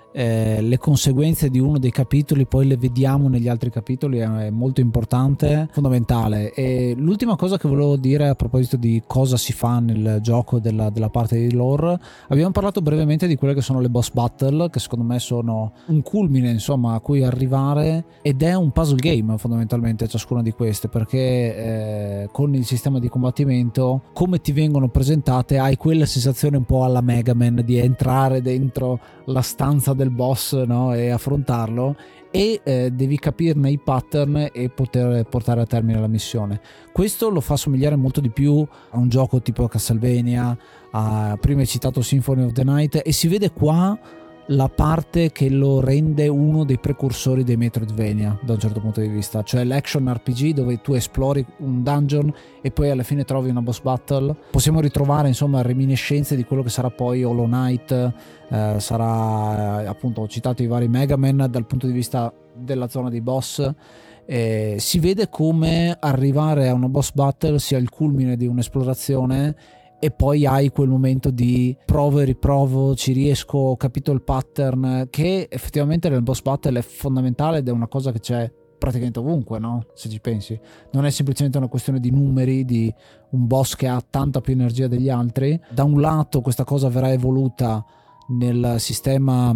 eh, le conseguenze di uno dei capitoli poi le vediamo negli altri capitoli è molto importante, fondamentale. E l'ultima cosa che volevo dire a proposito di cosa si fa nel gioco della, della parte di lore, abbiamo parlato brevemente di quelle che sono le boss battle, che secondo me sono un culmine insomma a cui arrivare, ed è un puzzle game fondamentalmente ciascuna di queste, perché eh, con il sistema di combattimento come ti vengono presentate hai quella sensazione un po' alla Mega Man di entrare dentro la stanza del boss, no? E affrontarlo, e eh, devi capirne i pattern e poter portare a termine la missione. Questo lo fa somigliare molto di più a un gioco tipo Castlevania, a, prima hai citato Symphony of the Night, e si vede qua la parte che lo rende uno dei precursori dei Metroidvania da un certo punto di vista, cioè l'action R P G dove tu esplori un dungeon e poi alla fine trovi una boss battle. Possiamo ritrovare insomma reminiscenze di quello che sarà poi Hollow Knight, eh, sarà eh, appunto ho citato i vari Mega Man dal punto di vista della zona dei boss. Eh, si vede come arrivare a una boss battle sia il culmine di un'esplorazione e poi hai quel momento di provo e riprovo, ci riesco, ho capito il pattern, che effettivamente nel boss battle è fondamentale ed è una cosa che c'è praticamente ovunque, no? Se ci pensi, non è semplicemente una questione di numeri, di un boss che ha tanta più energia degli altri. Da un lato questa cosa verrà evoluta nel sistema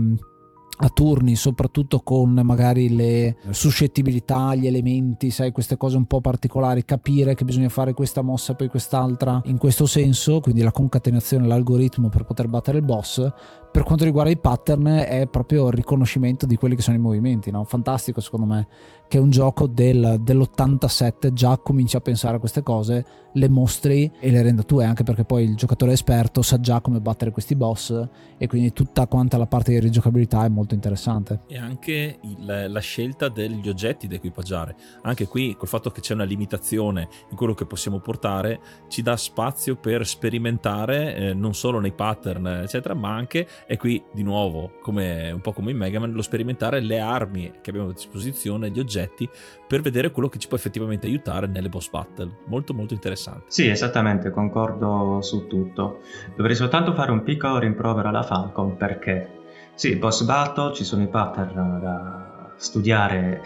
a turni, soprattutto con magari le suscettibilità, gli elementi, sai, queste cose un po' particolari, capire che bisogna fare questa mossa e poi quest'altra in questo senso, quindi la concatenazione, l'algoritmo per poter battere il boss. Per quanto riguarda i pattern è proprio il riconoscimento di quelli che sono i movimenti, no? Fantastico secondo me che un gioco del, dell'ottantasette già cominci a pensare a queste cose, le mostri e le renda tue, anche perché poi il giocatore esperto sa già come battere questi boss e quindi tutta quanta la parte di rigiocabilità è molto interessante. E anche il, la scelta degli oggetti da equipaggiare, anche qui col fatto che c'è una limitazione in quello che possiamo portare ci dà spazio per sperimentare, eh, non solo nei pattern eccetera, ma anche, e qui di nuovo come un po' come in Mega Man, lo sperimentare le armi che abbiamo a disposizione, gli oggetti, per vedere quello che ci può effettivamente aiutare nelle boss battle. Molto molto interessante. Sì, esattamente, concordo su tutto. Dovrei soltanto fare un piccolo rimprovero alla Falcom, perché sì, boss battle, ci sono i pattern da studiare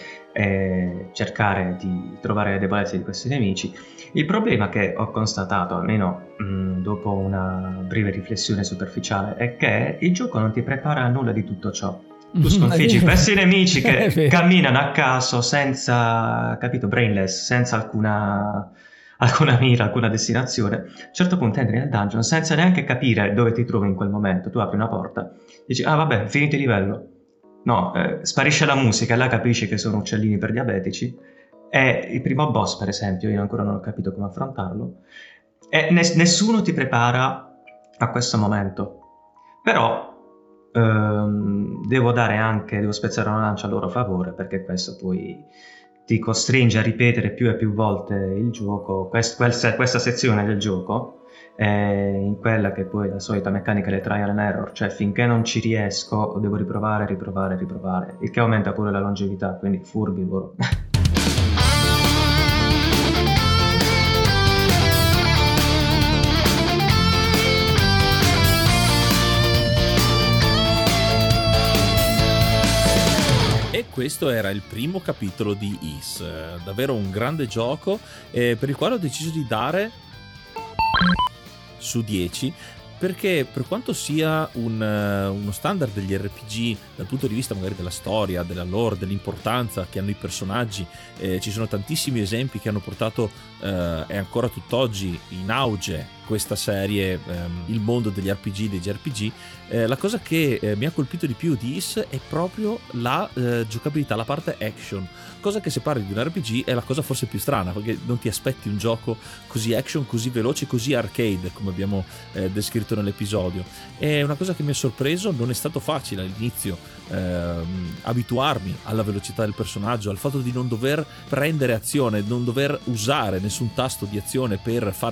e cercare di trovare le debolezze di questi nemici. Il problema che ho constatato, almeno mh, dopo una breve riflessione superficiale, è che il gioco non ti prepara a nulla di tutto ciò. Tu sconfiggi questi nemici che camminano a caso, senza, capito, brainless, senza alcuna, alcuna mira, alcuna destinazione. A un certo punto entri nel dungeon senza neanche capire dove ti trovi in quel momento. Tu apri una porta, dici, ah vabbè, finito il livello. No, eh, sparisce la musica e là capisci che sono uccellini per diabetici. E il primo boss, per esempio, io ancora non ho capito come affrontarlo, e ne- nessuno ti prepara a questo momento. Però ehm, devo dare anche, devo spezzare una lancia a loro favore, perché questo poi ti costringe a ripetere più e più volte il gioco, quest- questa, questa sezione del gioco, è in quella che poi è la solita meccanica del trial and error, cioè finché non ci riesco devo riprovare, riprovare, riprovare, il che aumenta pure la longevità, quindi furbivoro. E questo era il primo capitolo di Ys, davvero un grande gioco, eh, per il quale ho deciso di dare su dieci, perché per quanto sia un, uh, uno standard degli R P G dal punto di vista magari della storia, della lore, dell'importanza che hanno i personaggi, eh, ci sono tantissimi esempi che hanno portato uh, e ancora tutt'oggi in auge questa serie, um, il mondo degli R P G, dei J R P G, eh, la cosa che eh, mi ha colpito di più di Ys è proprio la eh, giocabilità, la parte action, cosa che se parli di un R P G è la cosa forse più strana, perché non ti aspetti un gioco così action, così veloce, così arcade come abbiamo eh, descritto nell'episodio. È una cosa che mi ha sorpreso, non è stato facile all'inizio ehm, abituarmi alla velocità del personaggio, al fatto di non dover prendere azione, non dover usare nessun tasto di azione per fare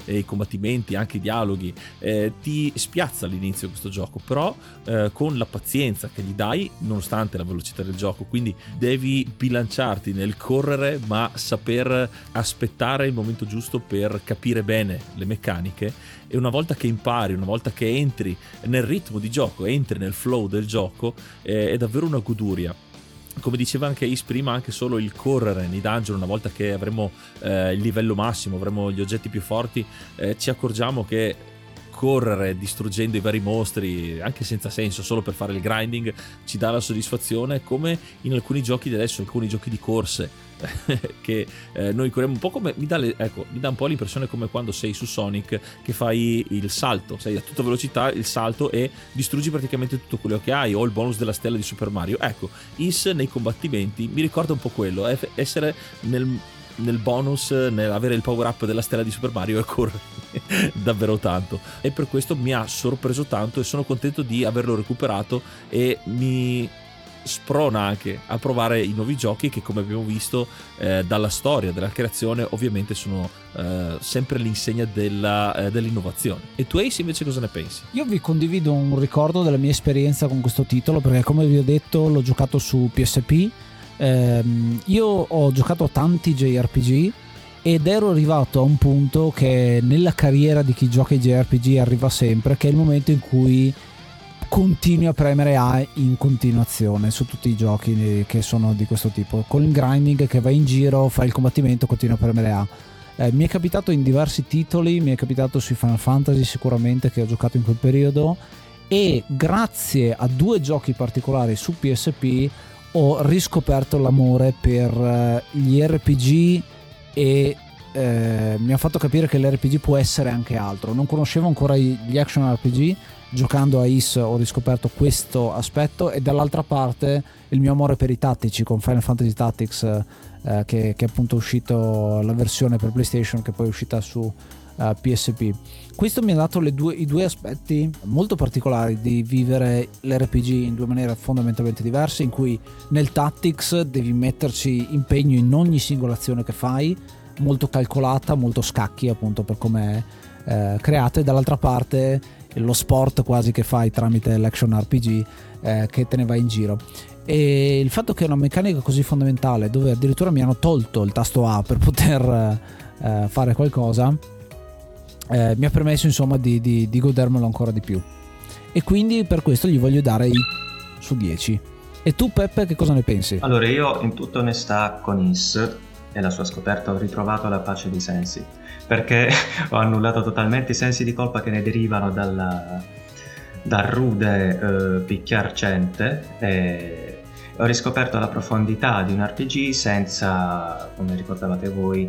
eh, i combattimenti, anche i dialoghi, eh, ti spiazza all'inizio questo gioco, però eh, con la pazienza che gli dai, nonostante la velocità del gioco, quindi devi bilanciarti nel correre ma saper aspettare il momento giusto per capire bene le meccaniche, e una volta che impari, una volta che entri nel ritmo di gioco, entri nel flow del gioco, eh, è davvero una goduria. Come diceva anche Is prima, anche solo il correre nei dungeon, una volta che avremo eh, il livello massimo, avremo gli oggetti più forti, eh, ci accorgiamo che correre distruggendo i vari mostri anche senza senso, solo per fare il grinding, ci dà la soddisfazione, come in alcuni giochi di adesso, alcuni giochi di corse che eh, noi corriamo un po' come mi dà, le, ecco, mi dà un po' l'impressione come quando sei su Sonic che fai il salto, sei a tutta velocità il salto e distruggi praticamente tutto quello che hai, o il bonus della stella di Super Mario. Ecco, Is nei combattimenti mi ricorda un po' quello, essere nel nel bonus, nell'avere il power up della stella di Super Mario e correre davvero tanto, e per questo mi ha sorpreso tanto e sono contento di averlo recuperato, e mi sprona anche a provare i nuovi giochi che, come abbiamo visto, eh, dalla storia della creazione ovviamente sono eh, sempre l'insegna della, eh, dell'innovazione. E tu, Ace, invece cosa ne pensi? Io vi condivido un ricordo della mia esperienza con questo titolo, perché come vi ho detto l'ho giocato su P S P. ehm, io ho giocato a tanti J R P G ed ero arrivato a un punto che nella carriera di chi gioca ai J R P G arriva sempre, che è il momento in cui continui a premere A in continuazione su tutti i giochi che sono di questo tipo, con il grinding che vai in giro, fai il combattimento, continui a premere A. Eh, mi è capitato in diversi titoli, mi è capitato sui Final Fantasy sicuramente, che ho giocato in quel periodo, e grazie a due giochi particolari su P S P ho riscoperto l'amore per gli R P G e eh, mi ha fatto capire che l'R P G può essere anche altro. Non conoscevo ancora gli action R P G, giocando a Is ho riscoperto questo aspetto, e dall'altra parte il mio amore per i tattici con Final Fantasy Tactics, eh, che, che è appunto uscito la versione per PlayStation, che poi è uscita su uh, P S P. Questo mi ha dato le due, i due aspetti molto particolari di vivere l'R P G in due maniere fondamentalmente diverse, in cui nel Tactics devi metterci impegno in ogni singola azione che fai, molto calcolata, molto scacchi appunto per come è eh, creata, e dall'altra parte lo sport quasi che fai tramite l'action R P G, eh, che te ne vai in giro. E il fatto che è una meccanica così fondamentale, dove addirittura mi hanno tolto il tasto A per poter eh, fare qualcosa, eh, mi ha permesso insomma di, di, di godermelo ancora di più, e quindi per questo gli voglio dare i su dieci. E tu, Peppe, che cosa ne pensi? Allora, io in tutta onestà con Is e la sua scoperta ho ritrovato la pace dei sensi, perché ho annullato totalmente i sensi di colpa che ne derivano dalla, dal rude eh, picchiarcente, e ho riscoperto la profondità di un R P G senza, come ricordavate voi,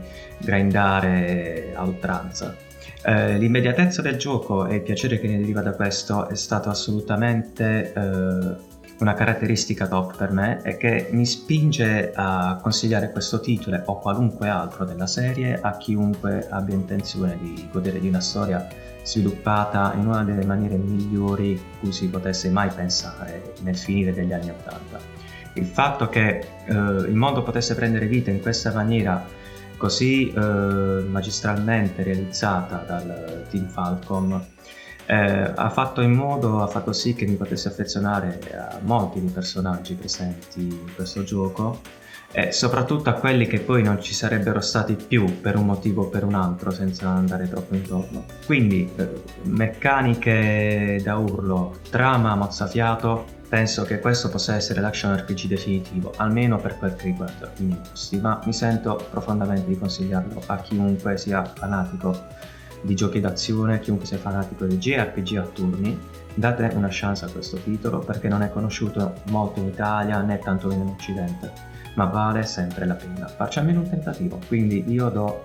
grindare a oltranza. Eh, l'immediatezza del gioco e il piacere che ne deriva da questo è stato assolutamente eh, una caratteristica top per me, e che mi spinge a consigliare questo titolo o qualunque altro della serie a chiunque abbia intenzione di godere di una storia sviluppata in una delle maniere migliori cui si potesse mai pensare nel finire degli anni ottanta. Il fatto che eh, il mondo potesse prendere vita in questa maniera così eh, magistralmente realizzata dal team Falcom Eh, ha fatto in modo, ha fatto sì che mi potessi affezionare a molti dei personaggi presenti in questo gioco, e soprattutto a quelli che poi non ci sarebbero stati più per un motivo o per un altro, senza andare troppo intorno. Quindi eh, meccaniche da urlo, trama mozzafiato, penso che questo possa essere l'action R P G definitivo, almeno per quel che riguarda i miei gusti, ma mi sento profondamente di consigliarlo a chiunque sia fanatico di giochi d'azione, chiunque sia fanatico di J R P G a turni. Date una chance a questo titolo, perché non è conosciuto molto in Italia né tanto meno in Occidente, ma vale sempre la pena. Faccia almeno un tentativo, quindi io do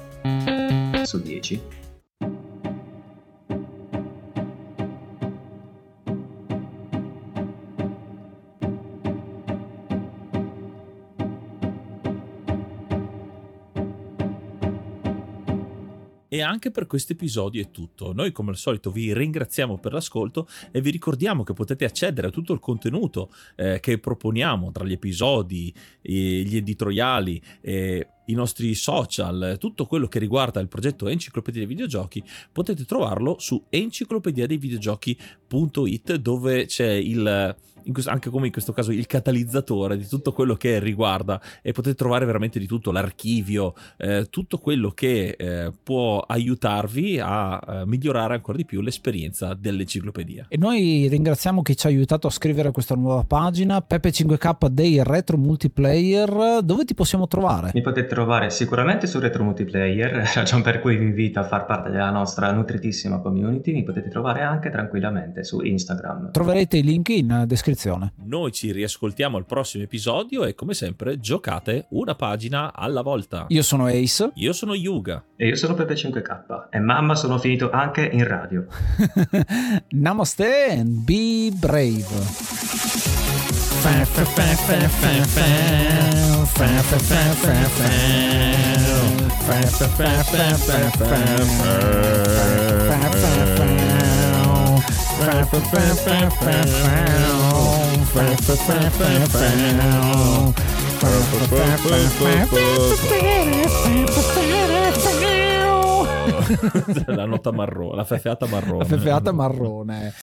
su dieci. E anche per questo episodio è tutto. Noi come al solito vi ringraziamo per l'ascolto e vi ricordiamo che potete accedere a tutto il contenuto eh, che proponiamo tra gli episodi, e gli editoriali e i nostri social, tutto quello che riguarda il progetto Enciclopedia dei Videogiochi, potete trovarlo su enciclopedia dei videogiochi punto it, dove c'è il... In questo, anche come in questo caso il catalizzatore di tutto quello che riguarda, e potete trovare veramente di tutto, l'archivio, eh, tutto quello che eh, può aiutarvi a eh, migliorare ancora di più l'esperienza dell'enciclopedia. E noi ringraziamo chi ci ha aiutato a scrivere questa nuova pagina, Peppe cinque K dei Retro Multiplayer. Dove ti possiamo trovare? Mi potete trovare sicuramente su Retro Multiplayer, ragion per cui vi invito a far parte della nostra nutritissima community. Mi potete trovare anche tranquillamente su Instagram. Troverete i link in descrizione. Noi ci riascoltiamo al prossimo episodio e come sempre giocate una pagina alla volta. Io sono Ace. Io sono Yuga. E io sono Pepe cinque K. E mamma, sono finito anche in radio. Namaste and be brave. La nota marrone, la feffeata marrone. La feffeata marrone.